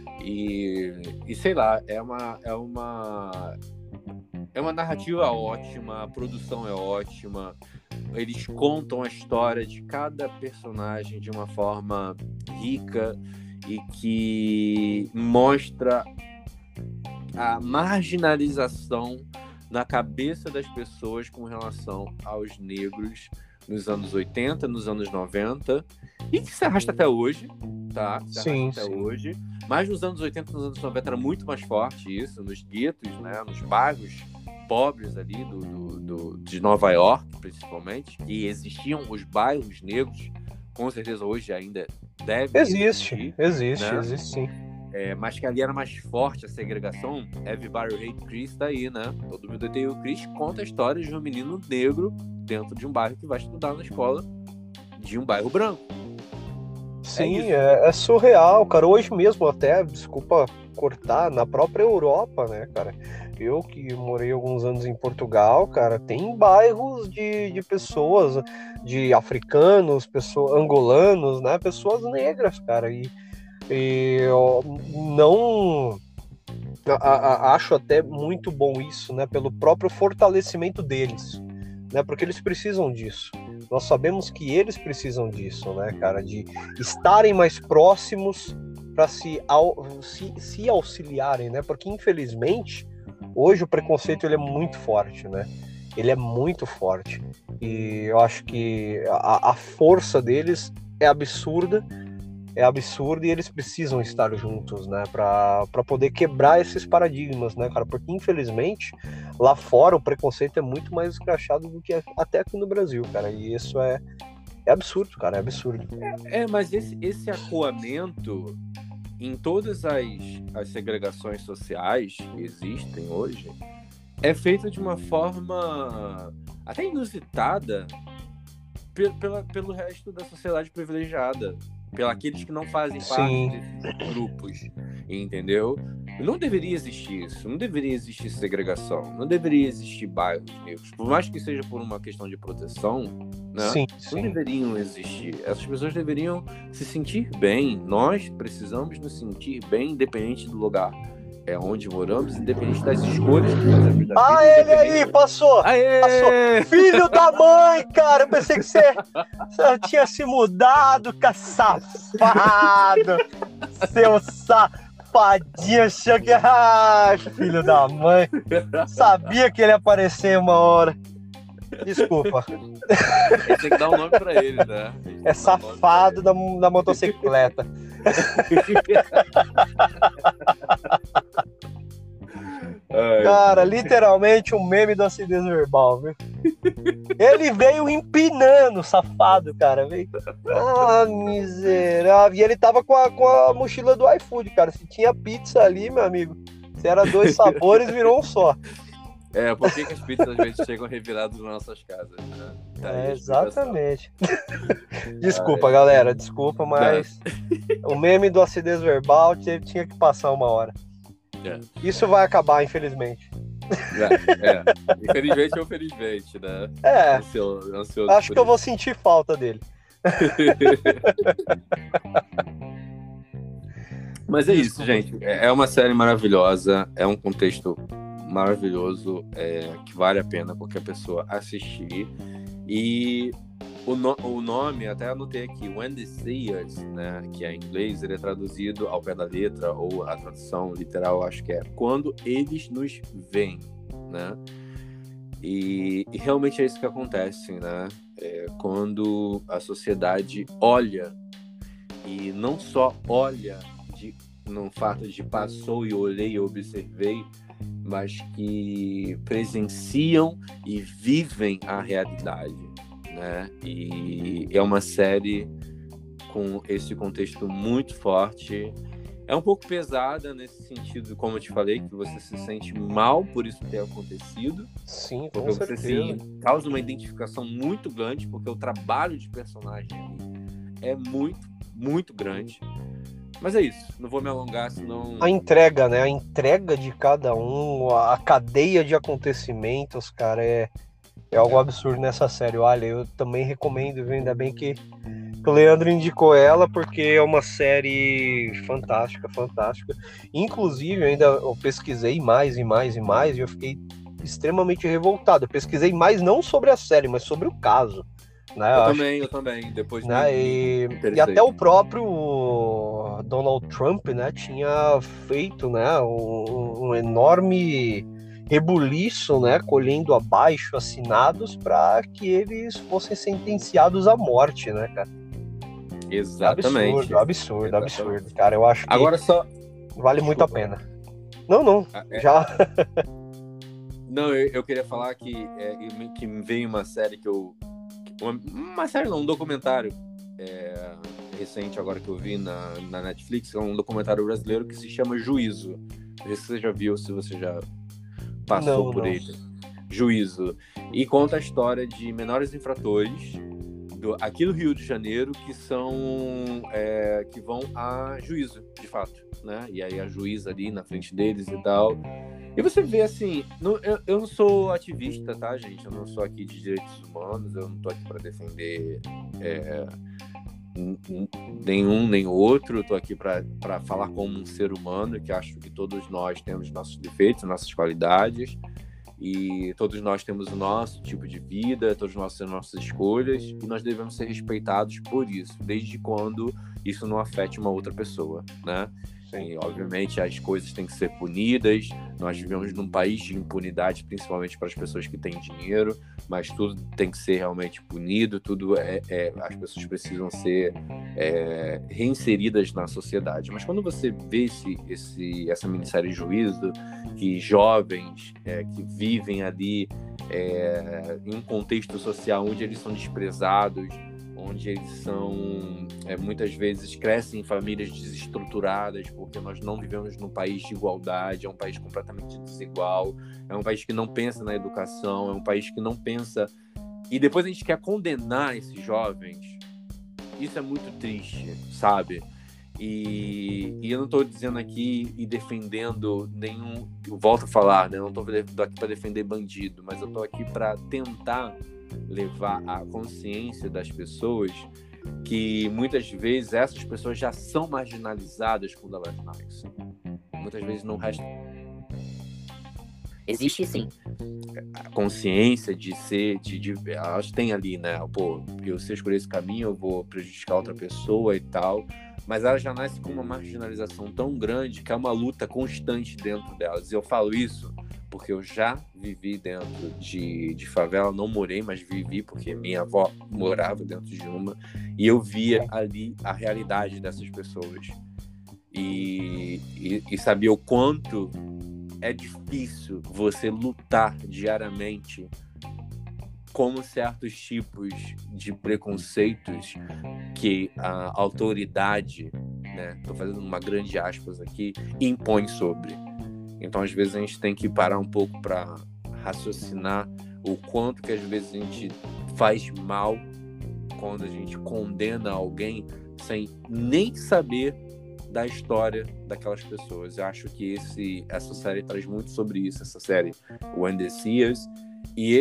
E sei lá, é uma narrativa ótima, a produção é ótima. Eles contam a história de cada personagem de uma forma rica e que mostra a marginalização na cabeça das pessoas com relação aos negros nos anos 80, nos anos 90, e que se arrasta até hoje, tá? Hoje. Mas nos anos 80 e nos anos 90 era muito mais forte isso, nos guetos, né? Nos bairros pobres ali de Nova York, principalmente, e existiam os bairros negros, com certeza hoje ainda deve existir. Existe sim. Mas que ali era mais forte a segregação. Everybody Hate Chris tá aí, né? Todo mundo odeia o Chris. Conta a história de um menino negro dentro de um bairro que vai estudar na escola de um bairro branco. Sim, é surreal, cara. Hoje mesmo até, desculpa cortar, na própria Europa, né, cara? Eu que morei alguns anos em Portugal, cara, tem bairros de pessoas, de africanos, angolanos, né? Pessoas negras, cara. E eu não acho até muito bom isso, né? Pelo próprio fortalecimento deles, né? Porque eles precisam disso. Nós sabemos que eles precisam disso, né, cara? De estarem mais próximos para se auxiliarem, né? Porque infelizmente hoje o preconceito ele é muito forte, né? Ele é muito forte e eu acho que a força deles é absurda e eles precisam estar juntos, né, para poder quebrar esses paradigmas, né, cara, porque infelizmente lá fora o preconceito é muito mais escrachado do que até aqui no Brasil, cara, e isso é absurdo, cara, é absurdo. Mas esse acuamento em todas as segregações sociais que existem hoje é feito de uma forma até inusitada pelo resto da sociedade privilegiada, aqueles que não fazem parte desses grupos, entendeu? Não deveria existir isso, não deveria existir segregação, não deveria existir bairros negros, por mais que seja por uma questão de proteção, né? Não deveriam existir. Essas pessoas deveriam se sentir bem. Nós precisamos nos sentir bem, independente do lugar onde moramos, independente das escolhas que fazemos da vida. Ele aí, passou! Passou! Filho da mãe, cara! Eu pensei que você tinha se mudado, safado! Seu safadinho, achou que... Ai, filho da mãe! Sabia que ele ia aparecer uma hora. Desculpa. Tem que dar um nome pra ele, né? É safado da motocicleta. Cara, literalmente um meme do acidez verbal, viu? Ele veio empinando, safado, cara. Veio... Ah, miserável. E ele tava com a mochila do iFood, cara. Se tinha pizza ali, meu amigo, se era 2 sabores, virou um só. Por que as pizzas às vezes chegam reviradas nas nossas casas, né? Exatamente. Desculpa, galera, desculpa, mas o meme do acidez verbal tinha que passar uma hora. Isso vai acabar, infelizmente. Infelizmente ou felizmente, né? Ansioso acho que eu vou sentir falta dele. Mas é isso, gente. É uma série maravilhosa, é um contexto maravilhoso, que vale a pena qualquer pessoa assistir. E o nome, até anotei aqui, When They See Us, né, que é em inglês, ele é traduzido ao pé da letra, ou a tradução literal, acho que é Quando Eles Nos Veem, né? E realmente é isso que acontece, né? Quando a sociedade olha, e não só olha num fato de passou e olhei e observei, mas que presenciam e vivem a realidade, né? E é uma série com esse contexto muito forte. É um pouco pesada nesse sentido, como eu te falei, que você se sente mal por isso ter acontecido. Sim, com porque você certeza. causa uma identificação muito grande, porque o trabalho de personagem ali é muito, muito grande. Mas é isso, não vou me alongar, senão... A entrega, né? A entrega de cada um, a cadeia de acontecimentos, cara, é algo absurdo nessa série. Olha, eu também recomendo, viu? Ainda bem que o Leandro indicou ela, porque é uma série fantástica, fantástica. Inclusive, eu pesquisei mais e mais e mais, e eu fiquei extremamente revoltado. Eu pesquisei mais não sobre a série, mas sobre o caso. Né? Eu também. Depois né? me E interessei. até o próprio Donald Trump, né, tinha feito, né, um enorme rebuliço, né, colhendo abaixo assinados para que eles fossem sentenciados à morte, né, cara? Exatamente. Absurdo, cara. Eu acho que agora só vale muito a pena. Não, já. Não, eu queria falar que me veio uma série uma série não, um documentário recente agora que eu vi na Netflix, é um documentário brasileiro que se chama Juízo. Não sei se você já viu, se você já passou por ele. Juízo. E conta a história de menores infratores aqui do Rio de Janeiro que vão a juízo, de fato, né? E aí a juíza ali na frente deles e tal. E você vê assim, eu não sou ativista, tá, gente? Eu não sou aqui de direitos humanos, eu não tô aqui para defender nenhum nem outro, eu tô aqui para falar como um ser humano, que acho que todos nós temos nossos defeitos, nossas qualidades, e todos nós temos o nosso tipo de vida, todos nós temos nossas escolhas, e nós devemos ser respeitados por isso, desde quando isso não afete uma outra pessoa, né? E, obviamente, as coisas têm que ser punidas. Nós vivemos num país de impunidade, principalmente para as pessoas que têm dinheiro, mas tudo tem que ser realmente punido, as pessoas precisam ser reinseridas na sociedade. Mas quando você vê essa minissérie Juízo, que jovens que vivem ali em um contexto social onde eles são desprezados, onde eles são, muitas vezes, crescem em famílias desestruturadas, porque nós não vivemos num país de igualdade, é um país completamente desigual, é um país que não pensa na educação, é um país que não pensa... E depois a gente quer condenar esses jovens. Isso é muito triste, sabe? E eu não estou dizendo aqui e defendendo nenhum... Eu volto a falar, né? Eu não estou aqui para defender bandido, mas eu estou aqui para tentar levar a consciência das pessoas que muitas vezes essas pessoas já são marginalizadas quando elas nascem. Muitas vezes não resta... Existe sim a consciência de ser, elas têm ali, né? Pô, se eu escolher esse caminho eu vou prejudicar outra pessoa e tal, mas elas já nascem com uma marginalização tão grande que é uma luta constante dentro delas. E eu falo isso porque eu já vivi dentro de favela, não morei, mas vivi porque minha avó morava dentro de uma, e eu via ali a realidade dessas pessoas. E sabia o quanto é difícil você lutar diariamente como certos tipos de preconceitos que a autoridade, né, tô fazendo uma grande aspas aqui, impõe sobre. Então, às vezes, a gente tem que parar um pouco para raciocinar o quanto que, às vezes, a gente faz mal quando a gente condena alguém sem nem saber da história daquelas pessoas. Eu acho que essa série traz muito sobre isso, essa série When the Seers. E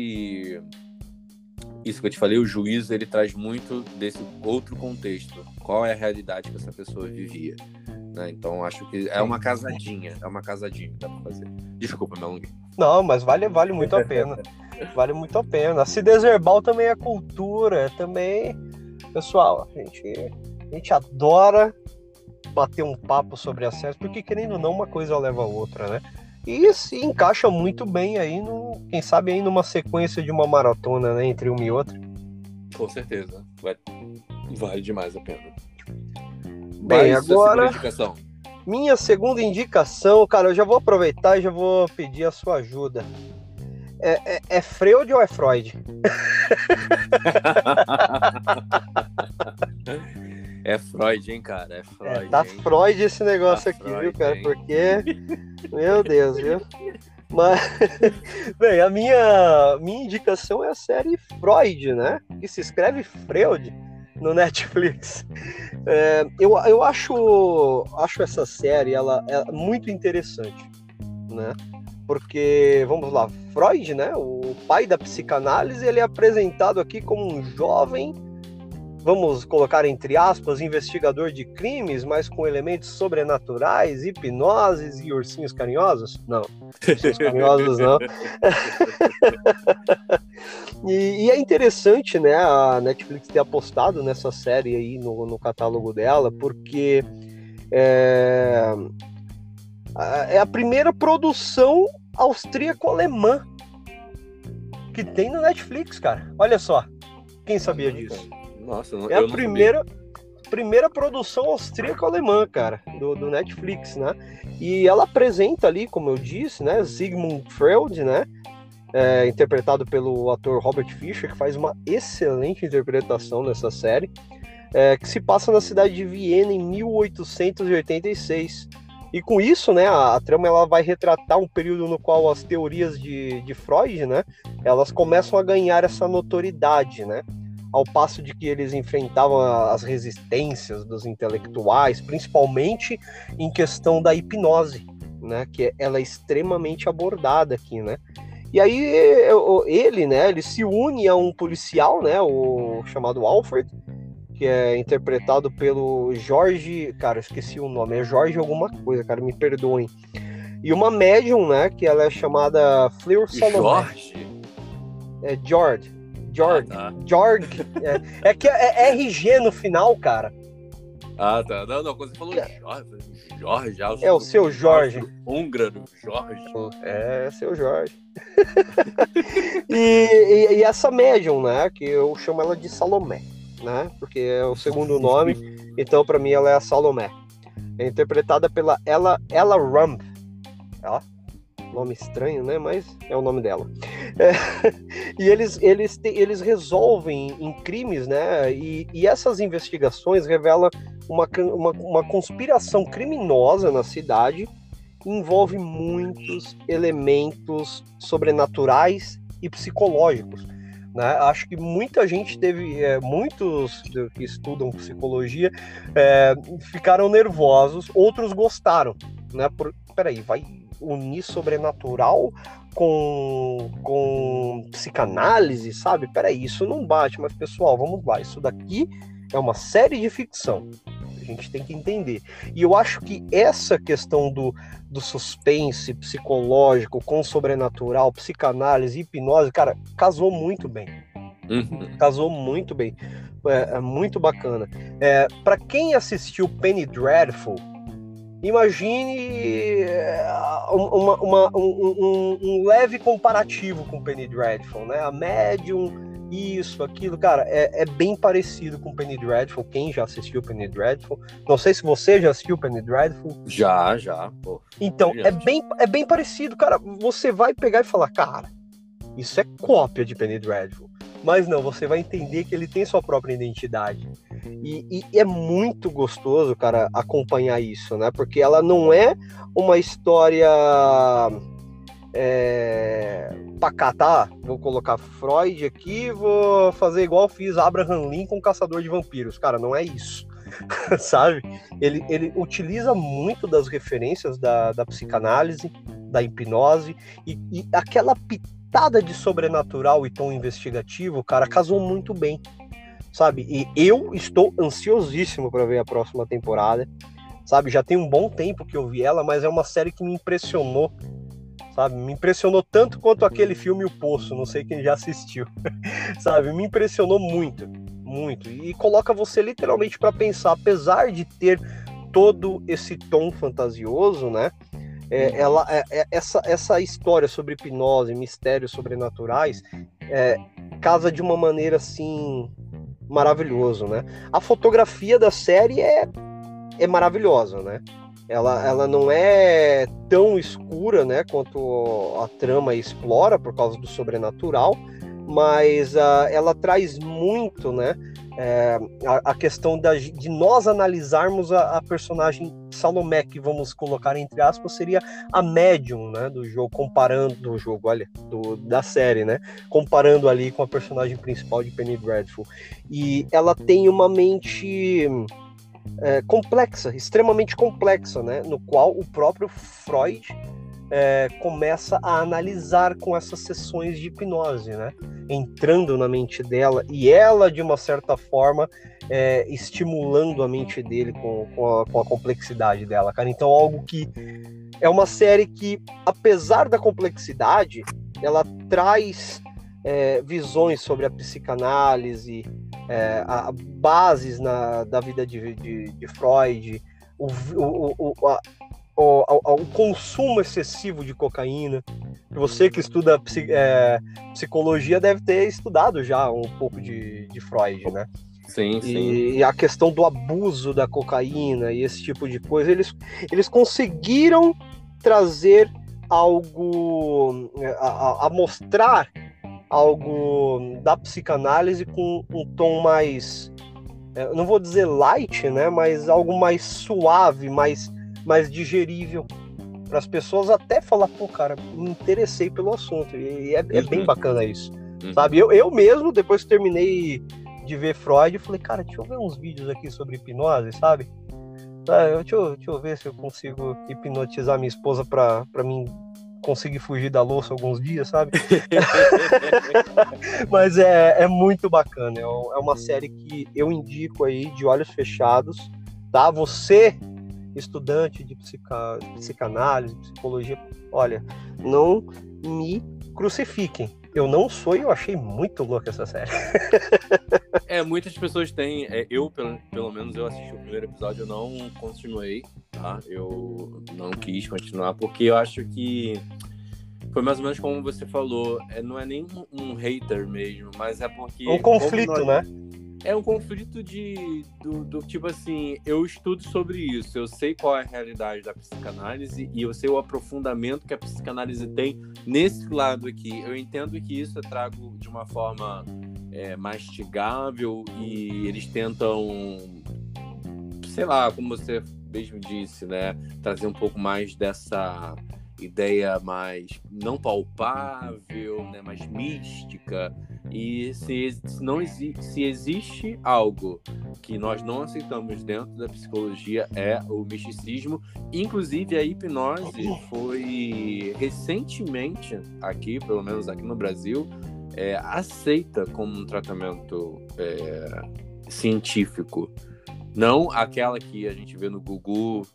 isso que eu te falei, o Juízo, ele traz muito desse outro contexto. Qual é a realidade que essa pessoa vivia? Né? Então, acho que é uma casadinha que dá pra fazer. Desculpa, me alonguei. Não, mas vale muito a pena. Vale muito a pena. Se Deserbal também é cultura, também... Pessoal, a gente adora bater um papo sobre a série, porque, querendo ou não, uma coisa leva a outra, né? E se encaixa muito bem aí, quem sabe aí numa sequência de uma maratona, né? Entre uma e outra. Com certeza. Vale demais a pena. Bem, agora... Minha segunda indicação, cara, eu já vou aproveitar e já vou pedir a sua ajuda. É Freud ou é Freud? É Freud, hein, cara? É Freud, Tá hein? Freud esse negócio Tá aqui, Freud, viu, cara? hein? Porque, meu Deus, viu? Mas, bem, a minha indicação é a série Freud, né? Que se escreve Freud no Netflix. Eu acho essa série ela é muito interessante, né? Porque, vamos lá, Freud, né? O pai da psicanálise, ele é apresentado aqui como um jovem, vamos colocar entre aspas, investigador de crimes, mas com elementos sobrenaturais, hipnoses e ursinhos carinhosos? Não, ursinhos carinhosos não. E é interessante, né, a Netflix ter apostado nessa série aí no catálogo dela, porque é a primeira produção austríaco-alemã que tem no Netflix, cara. Olha só, quem sabia disso? Nossa, É a primeira produção austríaco-alemã, cara, do Netflix, né? E ela apresenta ali, como eu disse, né, Sigmund Freud, né? Interpretado pelo ator Robert Fischer, que faz uma excelente interpretação nessa série, que se passa na cidade de Viena em 1886. E com isso, né, a trama ela vai retratar um período no qual as teorias de Freud, né, elas começam a ganhar essa notoriedade, né, ao passo de que eles enfrentavam as resistências dos intelectuais, principalmente em questão da hipnose, né, que ela é extremamente abordada aqui, né. E aí ele, né, ele se une a um policial, né, o chamado Alfred, que é interpretado pelo Jorge, cara, eu esqueci o nome, é Jorge alguma coisa, cara, me perdoem. E uma médium, né, que ela é chamada Fleur Salomé. Jorge? É George. Tá. George. É que é RG no final, cara. Ah, tá. Não, quando você falou Jorge, é o seu Jorge. Húngaro, Jorge. É, seu Jorge. e essa médium, né, que eu chamo ela de Salomé, né, porque é o segundo nome, então para mim ela é a Salomé. É interpretada pela Ella Rump. Ó, nome estranho, né, mas é o nome dela. E eles resolvem em crimes, né, e essas investigações revelam uma conspiração criminosa na cidade, envolve muitos elementos sobrenaturais e psicológicos, né? Acho que muita gente muitos que estudam psicologia ficaram nervosos, outros gostaram, né? Peraí, vai unir sobrenatural com psicanálise, sabe? Peraí, isso não bate, mas pessoal, vamos lá, isso daqui é uma série de ficção. A gente tem que entender. E eu acho que essa questão do suspense psicológico com sobrenatural, psicanálise, hipnose, cara, casou muito bem. Casou muito bem. É muito bacana. Para quem assistiu Penny Dreadful, imagine um leve comparativo com Penny Dreadful, né? A Medium, isso, aquilo, cara, é bem parecido com Penny Dreadful. Quem já assistiu Penny Dreadful? Não sei se você já assistiu Penny Dreadful. Já. Pô, então, é bem parecido, cara. Você vai pegar e falar, cara, isso é cópia de Penny Dreadful. Mas não, você vai entender que ele tem sua própria identidade. E é muito gostoso, cara, acompanhar isso, né? Porque ela não é uma história pacata, vou colocar Freud aqui, vou fazer igual fiz Abraham Lincoln, Caçador de Vampiros. Cara, não é isso, sabe? Ele utiliza muito das referências da psicanálise, da hipnose, e aquela pitada de sobrenatural e tom investigativo, cara, casou muito bem, sabe? E eu estou ansiosíssimo para ver a próxima temporada, sabe? Já tem um bom tempo que eu vi ela, mas é uma série que me impressionou, sabe? Me impressionou tanto quanto aquele filme O Poço, não sei quem já assistiu, sabe? Me impressionou muito, muito. E coloca você literalmente para pensar, apesar de ter todo esse tom fantasioso, né? Essa história sobre hipnose, mistérios sobrenaturais, casa de uma maneira assim maravilhoso, né? A fotografia da série é maravilhosa, né? Ela não é tão escura, né, quanto a trama explora por causa do sobrenatural, mas ela traz muito, né, a questão de nós analisarmos a personagem Salomé, que vamos colocar entre aspas, seria a médium, né, do jogo, comparando do jogo, olha, da série, né, comparando ali com a personagem principal de Penny Dreadful. E ela tem uma mente complexa, extremamente complexa, né, no qual o próprio Freud começa a analisar com essas sessões de hipnose, né, entrando na mente dela, e ela, de uma certa forma, estimulando a mente dele com a complexidade dela, cara. Então, algo que é uma série que, apesar da complexidade, ela traz visões sobre a psicanálise, bases da vida de Freud, o consumo excessivo de cocaína. Você que estuda psicologia deve ter estudado já um pouco de Freud, né? Sim, sim. E a questão do abuso da cocaína e esse tipo de coisa, eles conseguiram trazer algo, a mostrar algo da psicanálise com um tom mais, não vou dizer light, né, mas algo mais suave, mais digerível para as pessoas, até falar, pô, cara, me interessei pelo assunto, e é bem bacana isso, sabe? Eu mesmo, depois que terminei de ver Freud, eu falei, cara, deixa eu ver uns vídeos aqui sobre hipnose, sabe? Deixa eu ver se eu consigo hipnotizar minha esposa para mim conseguir fugir da louça alguns dias, sabe? Mas é muito bacana, é uma série que eu indico aí de olhos fechados, tá? Você, estudante de psicanálise, psicologia, olha, não me crucifiquem. Eu não sou e eu achei muito louca essa série. Muitas pessoas têm. Eu, pelo menos, eu assisti o primeiro episódio, eu não continuei, tá? Eu não quis continuar, porque eu acho que foi mais ou menos como você falou. Não é nem um hater mesmo, mas é porque... Um conflito, né? É um conflito do tipo assim, eu estudo sobre isso, eu sei qual é a realidade da psicanálise e eu sei o aprofundamento que a psicanálise tem nesse lado aqui. Eu entendo que isso eu trago de uma forma mastigável e eles tentam, sei lá, como você mesmo disse, né, trazer um pouco mais dessa ideia mais não palpável, né, mais mística. E se existe algo que nós não aceitamos dentro da psicologia, é o misticismo. Inclusive a hipnose foi recentemente aqui, pelo menos aqui no Brasil, aceita como um tratamento científico. Não aquela que a gente vê no Gugu,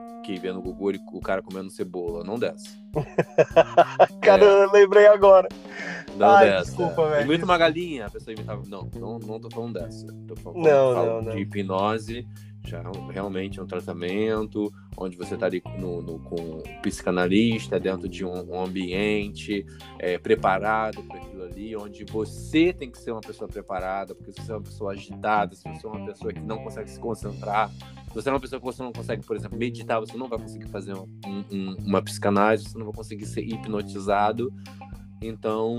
o cara comendo cebola, não dessa. Cara, eu lembrei agora. Não dessa. Desculpa, velho. Imita uma galinha, a pessoa imitava. Não tô falando dessa. Tô falando não. de hipnose, já realmente é um tratamento, onde você tá ali com um psicanalista, dentro de um ambiente preparado para aquilo ali, onde você tem que ser uma pessoa preparada, porque se você é uma pessoa agitada, se você é uma pessoa que não consegue se concentrar, se você é uma pessoa que você não consegue, por exemplo, meditar, você não vai conseguir fazer uma psicanálise, você não vai conseguir ser hipnotizado. Então,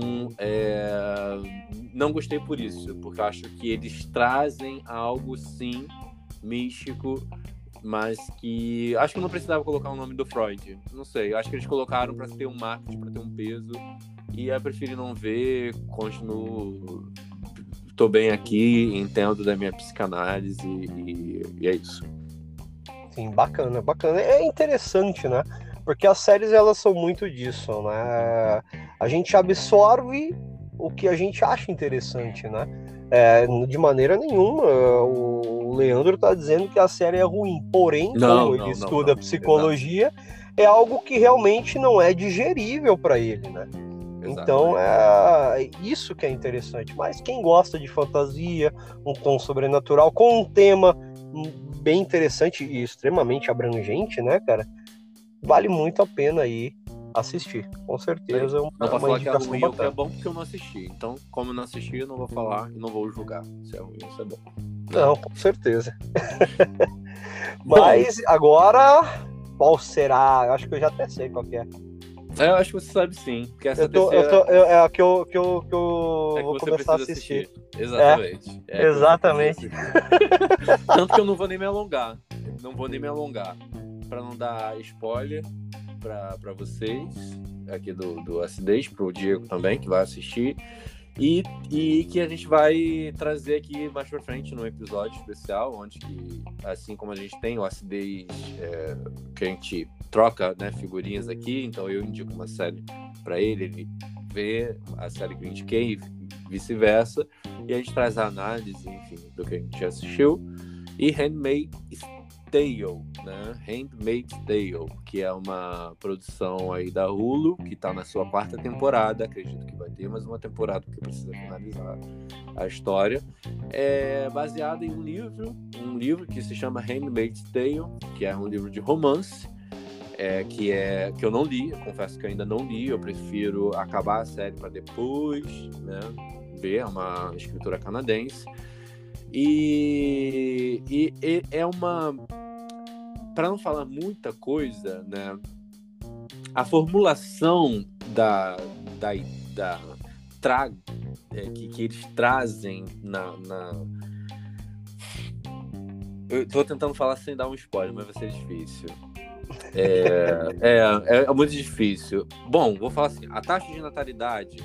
não gostei por isso, porque eu acho que eles trazem algo, sim, místico, mas que acho que não precisava colocar o nome do Freud. Não sei, acho que eles colocaram para ter um marketing, para ter um peso, e eu preferi não ver, continuo, tô bem aqui, entendo da minha psicanálise e é isso. Sim, bacana. É interessante, né? Porque as séries, elas são muito disso, né? A gente absorve o que a gente acha interessante, né? De maneira nenhuma, o Leandro tá dizendo que a série é ruim. Porém, como ele estuda psicologia, é algo que realmente não é digerível para ele, né? Exatamente. Então, é isso que é interessante. Mas quem gosta de fantasia, um tom sobrenatural, com um tema bem interessante e extremamente abrangente, né, cara? Vale muito a pena aí assistir, com certeza. Não posso falar que é ruim ou que é bom porque eu não assisti. Então, como eu não assisti, eu não vou falar e não vou julgar se é ruim ou se é bom. Não, com certeza. Mas agora Qual será? Eu acho que eu já até sei qual que é. Eu acho que você sabe sim, porque essa É a que eu é que vou você começar a precisa assistir. Exatamente. É que você Exatamente. precisa assistir. Tanto que eu não vou nem me alongar. Não vou nem me alongar. Pra não dar spoiler pra vocês, aqui do Acidez, pro Diego também, que vai assistir. E que a gente vai trazer aqui mais pra frente num episódio especial, onde que, assim como a gente tem o Acidez, que a gente troca, né, figurinhas aqui, então eu indico uma série pra ele vê a série que eu indiquei e vice-versa, e a gente traz a análise, enfim, do que a gente já assistiu. E Handmaid's Tale, né? Handmaid's Tale, que é uma produção aí da Hulu, que tá na sua 4ª temporada. Acredito que vai ter mais uma temporada, porque precisa finalizar a história. É baseada em um livro que se chama Handmaid's Tale, que é um livro de romance, que eu não li, eu confesso que eu ainda não li. Eu prefiro acabar a série para depois, né, ver. É uma escritora canadense. E é uma... Para não falar muita coisa, né, a formulação que eles trazem Eu tô tentando falar sem dar um spoiler, mas vai ser difícil. É muito difícil. Bom, vou falar assim, a taxa de natalidade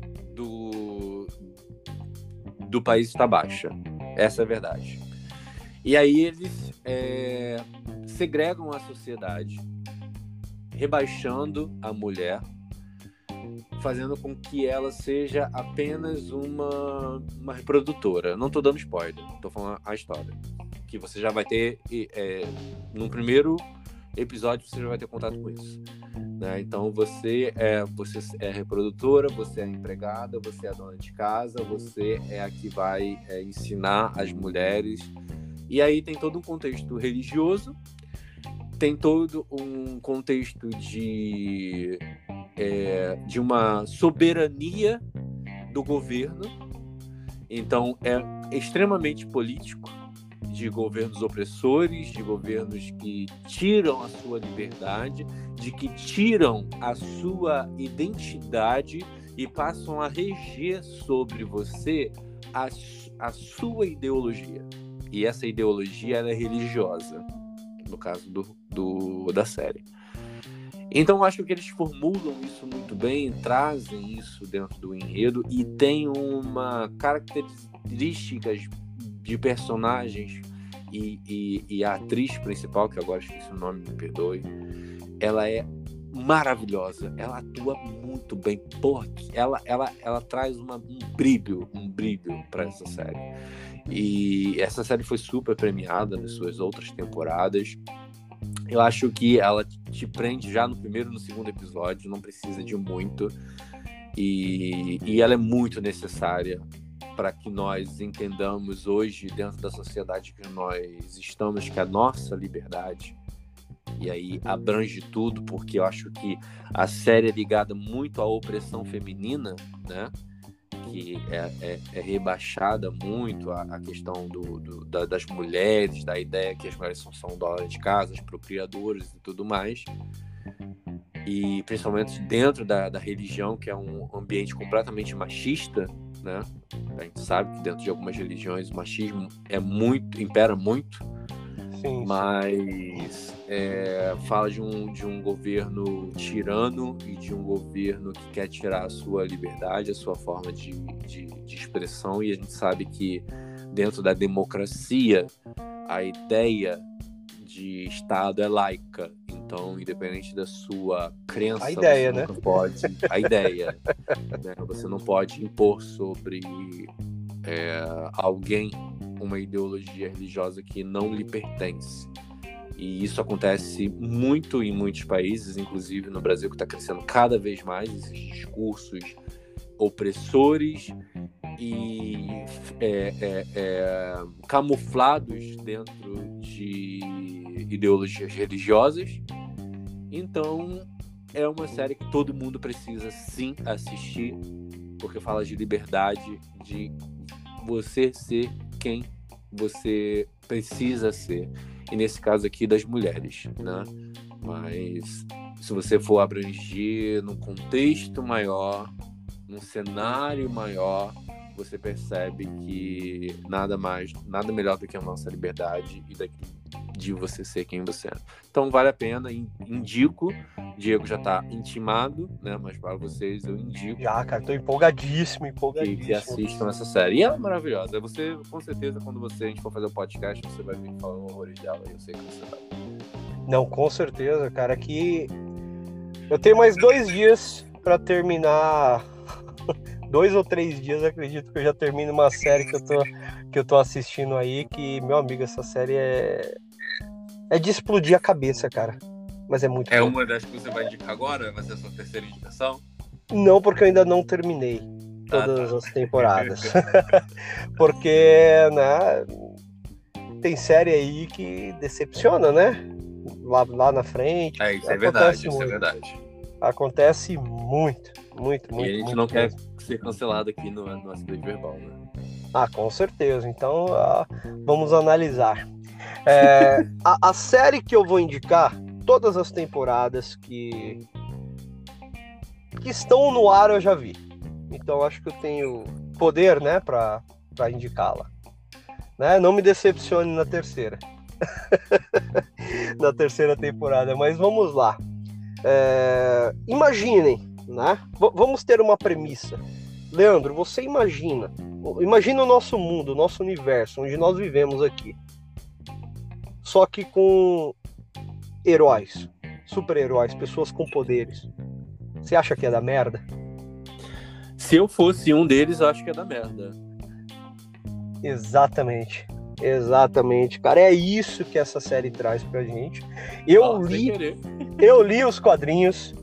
do país está baixa. Essa é a verdade. E aí eles segregam a sociedade, rebaixando a mulher, fazendo com que ela seja apenas uma reprodutora. Não tô dando spoiler, tô falando a história. Que você já vai ter, no primeiro episódio, você já vai ter contato com isso, né? Então você é reprodutora, você é empregada, você é dona de casa, você é a que vai ensinar as mulheres. E aí tem todo um contexto religioso, tem todo um contexto de uma soberania do governo. Então é extremamente político, de governos opressores, de governos que tiram a sua liberdade, de que tiram a sua identidade e passam a reger sobre você a sua ideologia. E essa ideologia, ela é religiosa, no caso da série. Então eu acho que eles formulam isso muito bem, trazem isso dentro do enredo e tem uma características de personagens e a atriz principal, que agora esqueci o nome, me perdoe, ela é maravilhosa, ela atua muito bem, porra, ela traz um brilho para essa série. E essa série foi super premiada nas suas outras temporadas. Eu acho que ela te prende já no primeiro e no segundo episódio, não precisa de muito, e ela é muito necessária para que nós entendamos hoje, dentro da sociedade que nós estamos, que a nossa liberdade, e aí abrange tudo, porque eu acho que a série é ligada muito à opressão feminina, né? Que é rebaixada muito a questão das mulheres, da ideia que as mulheres são donas de casa, as procriadoras e tudo mais. E principalmente dentro da religião, que é um ambiente completamente machista, né? A gente sabe que dentro de algumas religiões o machismo impera muito. Sim. Mas fala de um governo tirano e de um governo que quer tirar a sua liberdade, a sua forma de expressão, e a gente sabe que dentro da democracia a ideia de Estado é laica. Então, independente da sua crença, você nunca pode... A ideia, né? Você não pode impor sobre alguém uma ideologia religiosa que não lhe pertence. E isso acontece muito em muitos países, inclusive no Brasil, que está crescendo cada vez mais esses discursos opressores e camuflados dentro de ideologias religiosas. Então, é uma série que todo mundo precisa sim assistir, porque fala de liberdade, de você ser quem você precisa ser, e nesse caso aqui das mulheres, né? Mas se você for abranger num contexto maior, num cenário maior, você percebe que nada melhor do que a nossa liberdade e de você ser quem você é. Então vale a pena, indico. Diego já tá intimado, né? Mas para vocês eu indico. Já, cara, tô empolgadíssimo. Que assistam essa série. E ela é maravilhosa. Você, com certeza, quando a gente for fazer o podcast, você vai vir falando horrores dela. Eu sei que você vai. Não, com certeza, cara, que eu tenho mais 2 dias pra terminar. 2 ou 3 dias, acredito que eu já termino uma série que eu tô assistindo aí, que, meu amigo, essa série é de explodir a cabeça, cara. Mas é muito bom. Uma das que você vai indicar agora? Vai ser a sua terceira indicação? Não, porque eu ainda não terminei todas as temporadas. Porque, né, tem série aí que decepciona, né? Lá na frente. Isso é verdade, isso é verdade. Acontece muito. E a gente não quer ser cancelado aqui no acidente verbal, né? Com certeza. Então, vamos analisar. A série que eu vou indicar, todas as temporadas que estão no ar eu já vi. Então, acho que eu tenho poder, né, pra indicá-la. Né? Não me decepcione na terceira. Na terceira temporada, mas vamos lá. Imaginem, né? Vamos ter uma premissa. Leandro, você imagina o nosso mundo, o nosso universo, onde nós vivemos aqui, só que com heróis, super-heróis, pessoas com poderes. Você acha que é da merda? Se eu fosse um deles, eu acho que é da merda. Exatamente, cara, é isso que essa série traz pra gente. Eu li os quadrinhos,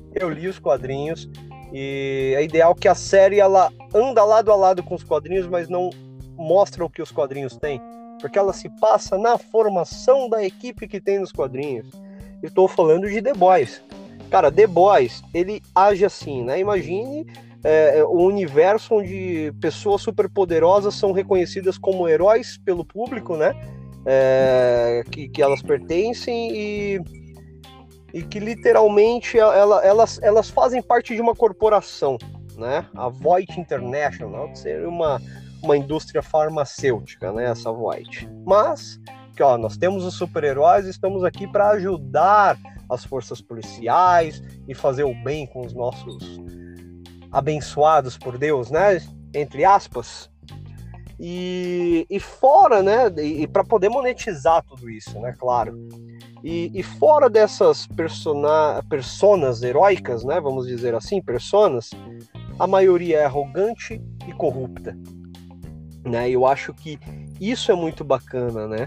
e é ideal que a série ela anda lado a lado com os quadrinhos, mas não mostra o que os quadrinhos têm, porque ela se passa na formação da equipe que tem nos quadrinhos. Estou falando de The Boys. Cara, The Boys, ele age assim, né? Imagine um universo onde pessoas superpoderosas são reconhecidas como heróis pelo público, né? Que elas pertencem e que literalmente elas fazem parte de uma corporação, né? A Voight International, que seria uma indústria farmacêutica, né? Essa Voight. Mas, nós temos os super-heróis, estamos aqui para ajudar as forças policiais e fazer o bem com os nossos abençoados por Deus, né? Entre aspas. E fora, né? E para poder monetizar tudo isso, né? Claro. E fora dessas personas heróicas, né? Vamos dizer assim, personas, a maioria é arrogante e corrupta, né? Eu acho que isso é muito bacana, né?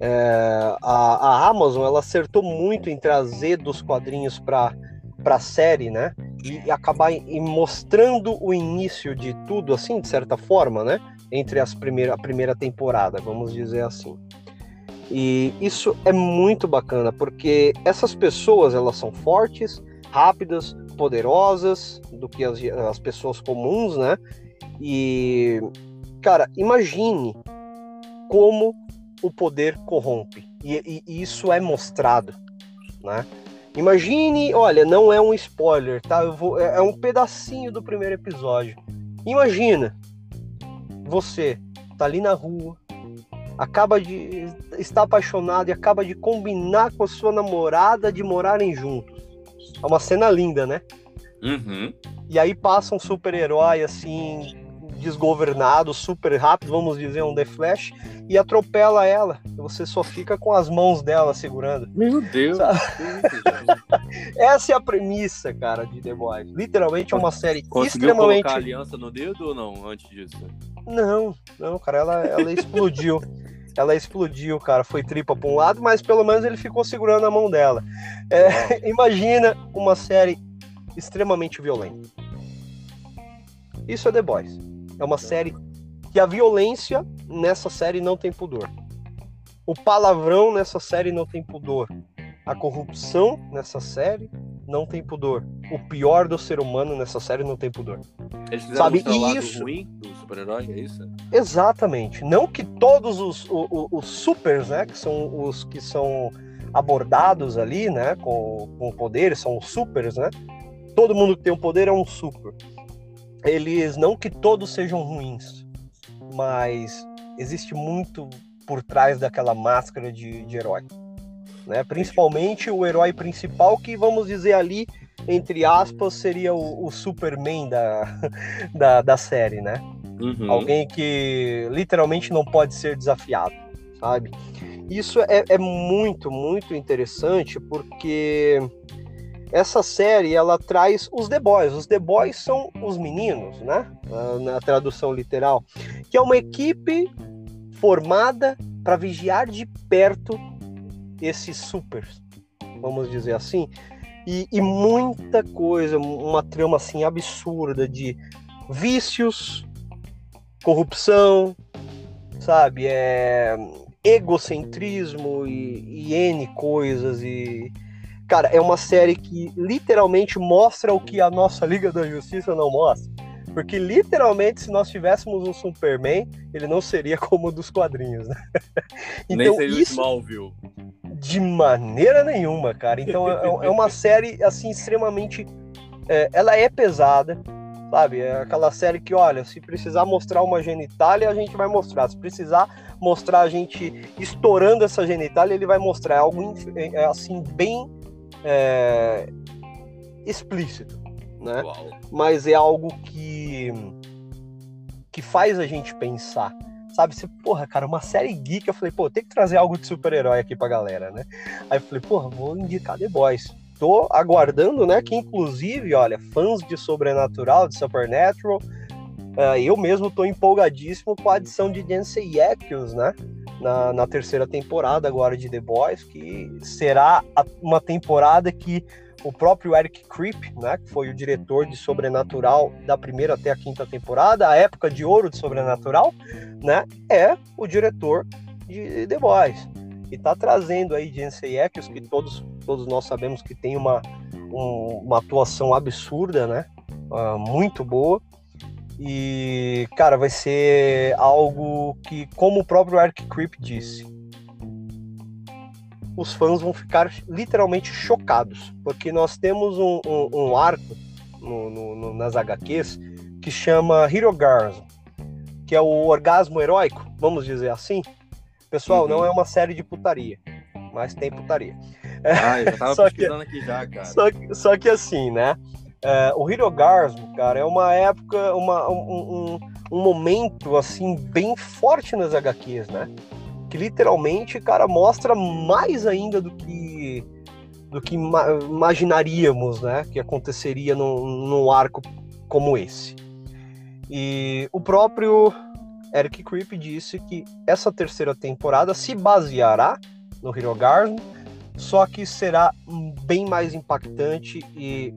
A Amazon, ela acertou muito em trazer dos quadrinhos para a série, né? E acabar mostrando o início de tudo, assim, de certa forma, né? Entre a primeira temporada, vamos dizer assim. E isso é muito bacana, porque essas pessoas, elas são fortes, rápidas, poderosas, do que as pessoas comuns, né? E, cara, imagine como o poder corrompe. E isso é mostrado, né? Imagine, olha, não é um spoiler, tá? É um pedacinho do primeiro episódio. Imagina, você tá ali na rua, está apaixonado e acaba de combinar com a sua namorada de morarem juntos. É uma cena linda, né? Uhum. E aí passa um super-herói, assim, desgovernado, super rápido, vamos dizer, um The Flash, e atropela ela. Você só fica com as mãos dela segurando. Meu Deus! Essa é a premissa, cara, de The Boys. Literalmente é uma série Conseguiu extremamente... colocar a aliança no dedo ou não, antes disso? Não, cara, ela explodiu. Ela explodiu, cara, foi tripa pra um lado, mas pelo menos ele ficou segurando a mão dela. Imagina uma série extremamente violenta. Isso é The Boys. É uma série que a violência nessa série não tem pudor. O palavrão nessa série não tem pudor. A corrupção nessa série não tem pudor. O pior do ser humano nessa série não tem pudor. Eles fizeram mostrar o lado ruim do super-herói, é isso? Exatamente. Não que todos os supers, né, que são os que são abordados ali, né, com poderes, são os supers, né? Todo mundo que tem um poder é um super. Eles, não que todos sejam ruins, mas existe muito por trás daquela máscara de herói, né? Principalmente o herói principal, que vamos dizer ali, entre aspas, seria o Superman da série, né? Uhum. Alguém que literalmente não pode ser desafiado, sabe? Isso é muito, muito interessante, porque essa série, ela traz os The Boys. Os The Boys são os meninos, né? Na tradução literal. Que é uma equipe formada para vigiar de perto esses supers, vamos dizer assim. E muita coisa, uma trama assim absurda de vícios, corrupção, sabe? Egocentrismo e N coisas. E cara, é uma série que literalmente mostra o que a nossa Liga da Justiça não mostra. Porque literalmente, se nós tivéssemos um Superman, ele não seria como o dos quadrinhos, né? Então, nem seria isso... o Smallville. De maneira nenhuma, cara. Então é uma série, assim, extremamente... ela é pesada, sabe? É aquela série que, olha, se precisar mostrar uma genitália, a gente vai mostrar. Se precisar mostrar a gente estourando essa genitália, ele vai mostrar. É algo, assim, bem explícito, né? Uau. Mas é algo que faz a gente pensar, sabe? Você, porra, cara, uma série geek, eu falei, pô, tem que trazer algo de super-herói aqui pra galera, né? Aí eu falei, porra, vou indicar The Boys. Tô aguardando, né, que inclusive, olha, fãs de Sobrenatural, de Supernatural, eu mesmo tô empolgadíssimo com a adição de Jensen Ackles, né? Na terceira temporada agora de The Boys, que será uma temporada que o próprio Eric Kripke, né, que foi o diretor de Sobrenatural da primeira até a quinta temporada, a época de ouro de Sobrenatural, né, é o diretor de The Boys. E tá trazendo aí Jensen Ackles, que todos nós sabemos que tem uma atuação absurda, né, muito boa. E, cara, vai ser algo que, como o próprio Eric Kripke disse, os fãs vão ficar literalmente chocados, porque nós temos um arco nas HQs que chama Herogasm, que é o orgasmo heróico, vamos dizer assim. Pessoal, não é uma série de putaria, mas tem putaria. Eu já tava pesquisando aqui já, cara. Só que assim, né? O Herogasm, cara, é uma época, um momento, assim, bem forte nas HQs, né? Que literalmente, cara, mostra mais ainda do que imaginaríamos, né? Que aconteceria num arco como esse. E o próprio Eric Kripke disse que essa terceira temporada se baseará no Herogasm, só que será bem mais impactante e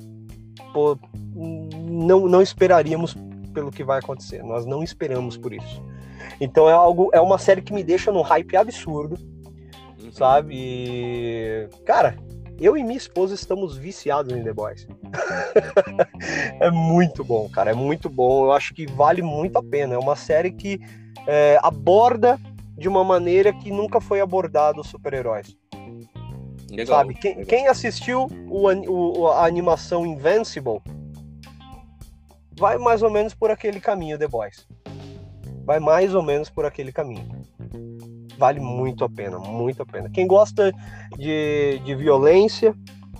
não esperaríamos pelo que vai acontecer. Nós não esperamos por isso. Então é uma série que me deixa num hype absurdo, sabe? E, cara, eu e minha esposa estamos viciados em The Boys. É muito bom, cara, é muito bom. Eu acho que vale muito a pena. É uma série que aborda de uma maneira que nunca foi abordado os super-heróis. Legal, sabe? Quem assistiu a animação Invincible vai mais ou menos por aquele caminho, The Boys. Vai mais ou menos por aquele caminho. Vale muito a pena, muito a pena. Quem gosta de violência,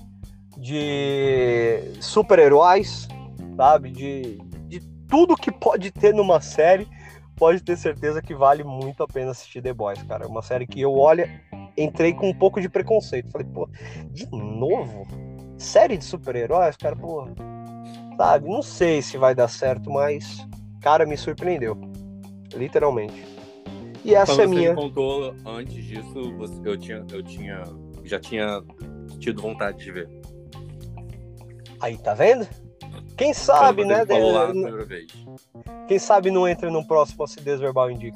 de super-heróis, sabe? De tudo que pode ter numa série, pode ter certeza que vale muito a pena assistir The Boys, cara. É uma série que eu entrei com um pouco de preconceito. Falei, pô, de novo? Série de super-heróis? Cara, pô, sabe? Não sei se vai dar certo, mas, cara, me surpreendeu. Literalmente. E essa Quando é minha... você me contou antes disso, eu já tinha tido vontade de ver. Aí, tá vendo? Quem sabe, né? Falou lá na primeira vez. Quem sabe não entra no próximo Acidez Verbal Indica.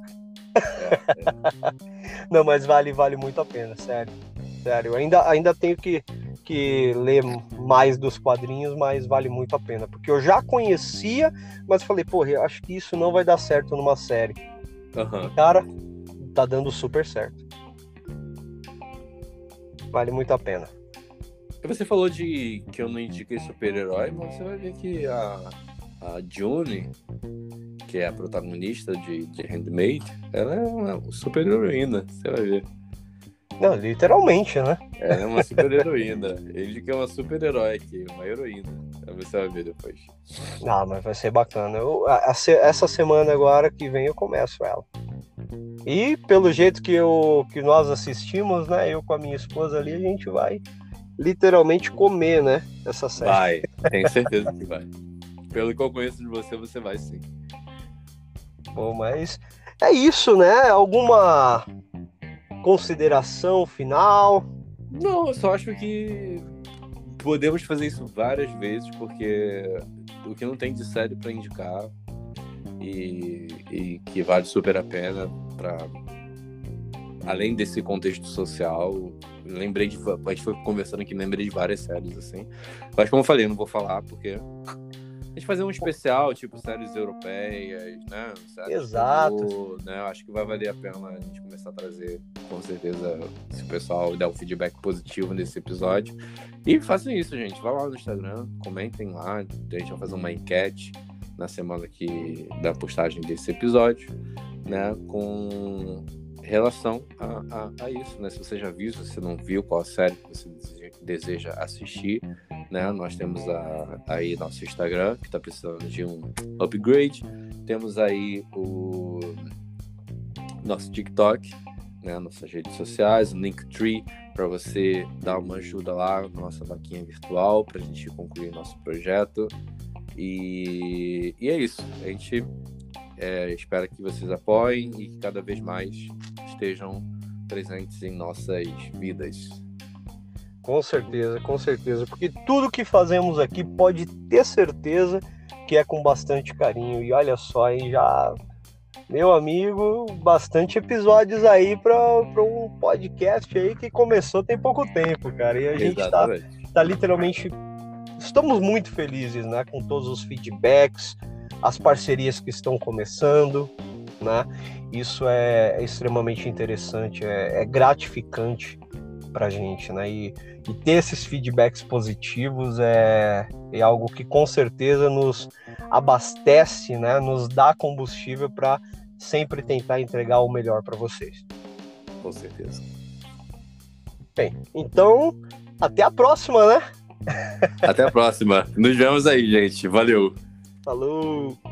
Não, mas vale muito a pena, sério. Sério, ainda tenho que ler mais dos quadrinhos, mas vale muito a pena. Porque eu já conhecia, mas falei, porra, eu acho que isso não vai dar certo numa série. Uhum. Cara, tá dando super certo. Vale muito a pena. Você falou que eu não indiquei super-herói, mas você vai ver que a June, que é a protagonista de Handmaid, ela é uma super-heroína, você vai ver. Não, literalmente, né? Ela é uma super-heroína. Ele que é uma super-herói aqui, uma heroína. Você vai ver depois. Ah, mas vai ser bacana. Essa semana agora que vem eu começo ela. E pelo jeito que nós assistimos, né? Eu com a minha esposa ali, a gente vai literalmente comer, né? Essa série. Vai, tenho certeza que vai. Pelo que eu conheço de você, você vai sim. Bom, mas é isso, né? Alguma consideração final? Não, eu só acho que podemos fazer isso várias vezes, porque o que não tem de série pra indicar e que vale super a pena para além desse contexto social, a gente foi conversando aqui, lembrei de várias séries assim, mas como eu falei, eu não vou falar porque a gente fazer um especial, tipo séries europeias, né? Séries Exato. né? Acho que vai valer a pena a gente começar a trazer, com certeza, se o pessoal der um feedback positivo nesse episódio. E façam isso, gente. Vá lá no Instagram, comentem lá. A gente vai fazer uma enquete na semana da postagem desse episódio, né? Com relação a isso, né? Se você já viu, se você não viu, qual série que você deseja assistir, né? Nós temos aí nosso Instagram, que está precisando de um upgrade. Temos aí o nosso TikTok, né? Nossas redes sociais, o Linktree, para você dar uma ajuda lá na nossa vaquinha virtual, para a gente concluir nosso projeto. E é isso. A gente espera que vocês apoiem e que cada vez mais estejam presentes em nossas vidas. Com certeza, porque tudo que fazemos aqui pode ter certeza que é com bastante carinho. E olha só, aí já, meu amigo, bastante episódios aí para um podcast aí que começou tem pouco tempo, cara. E a gente tá literalmente, estamos muito felizes, né, com todos os feedbacks, as parcerias que estão começando, né? Isso é extremamente interessante, é gratificante pra gente, né? E ter esses feedbacks positivos é algo que com certeza nos abastece, né? Nos dá combustível para sempre tentar entregar o melhor para vocês. Com certeza. Bem, então até a próxima, né? Até a próxima. Nos vemos aí, gente. Valeu. Falou!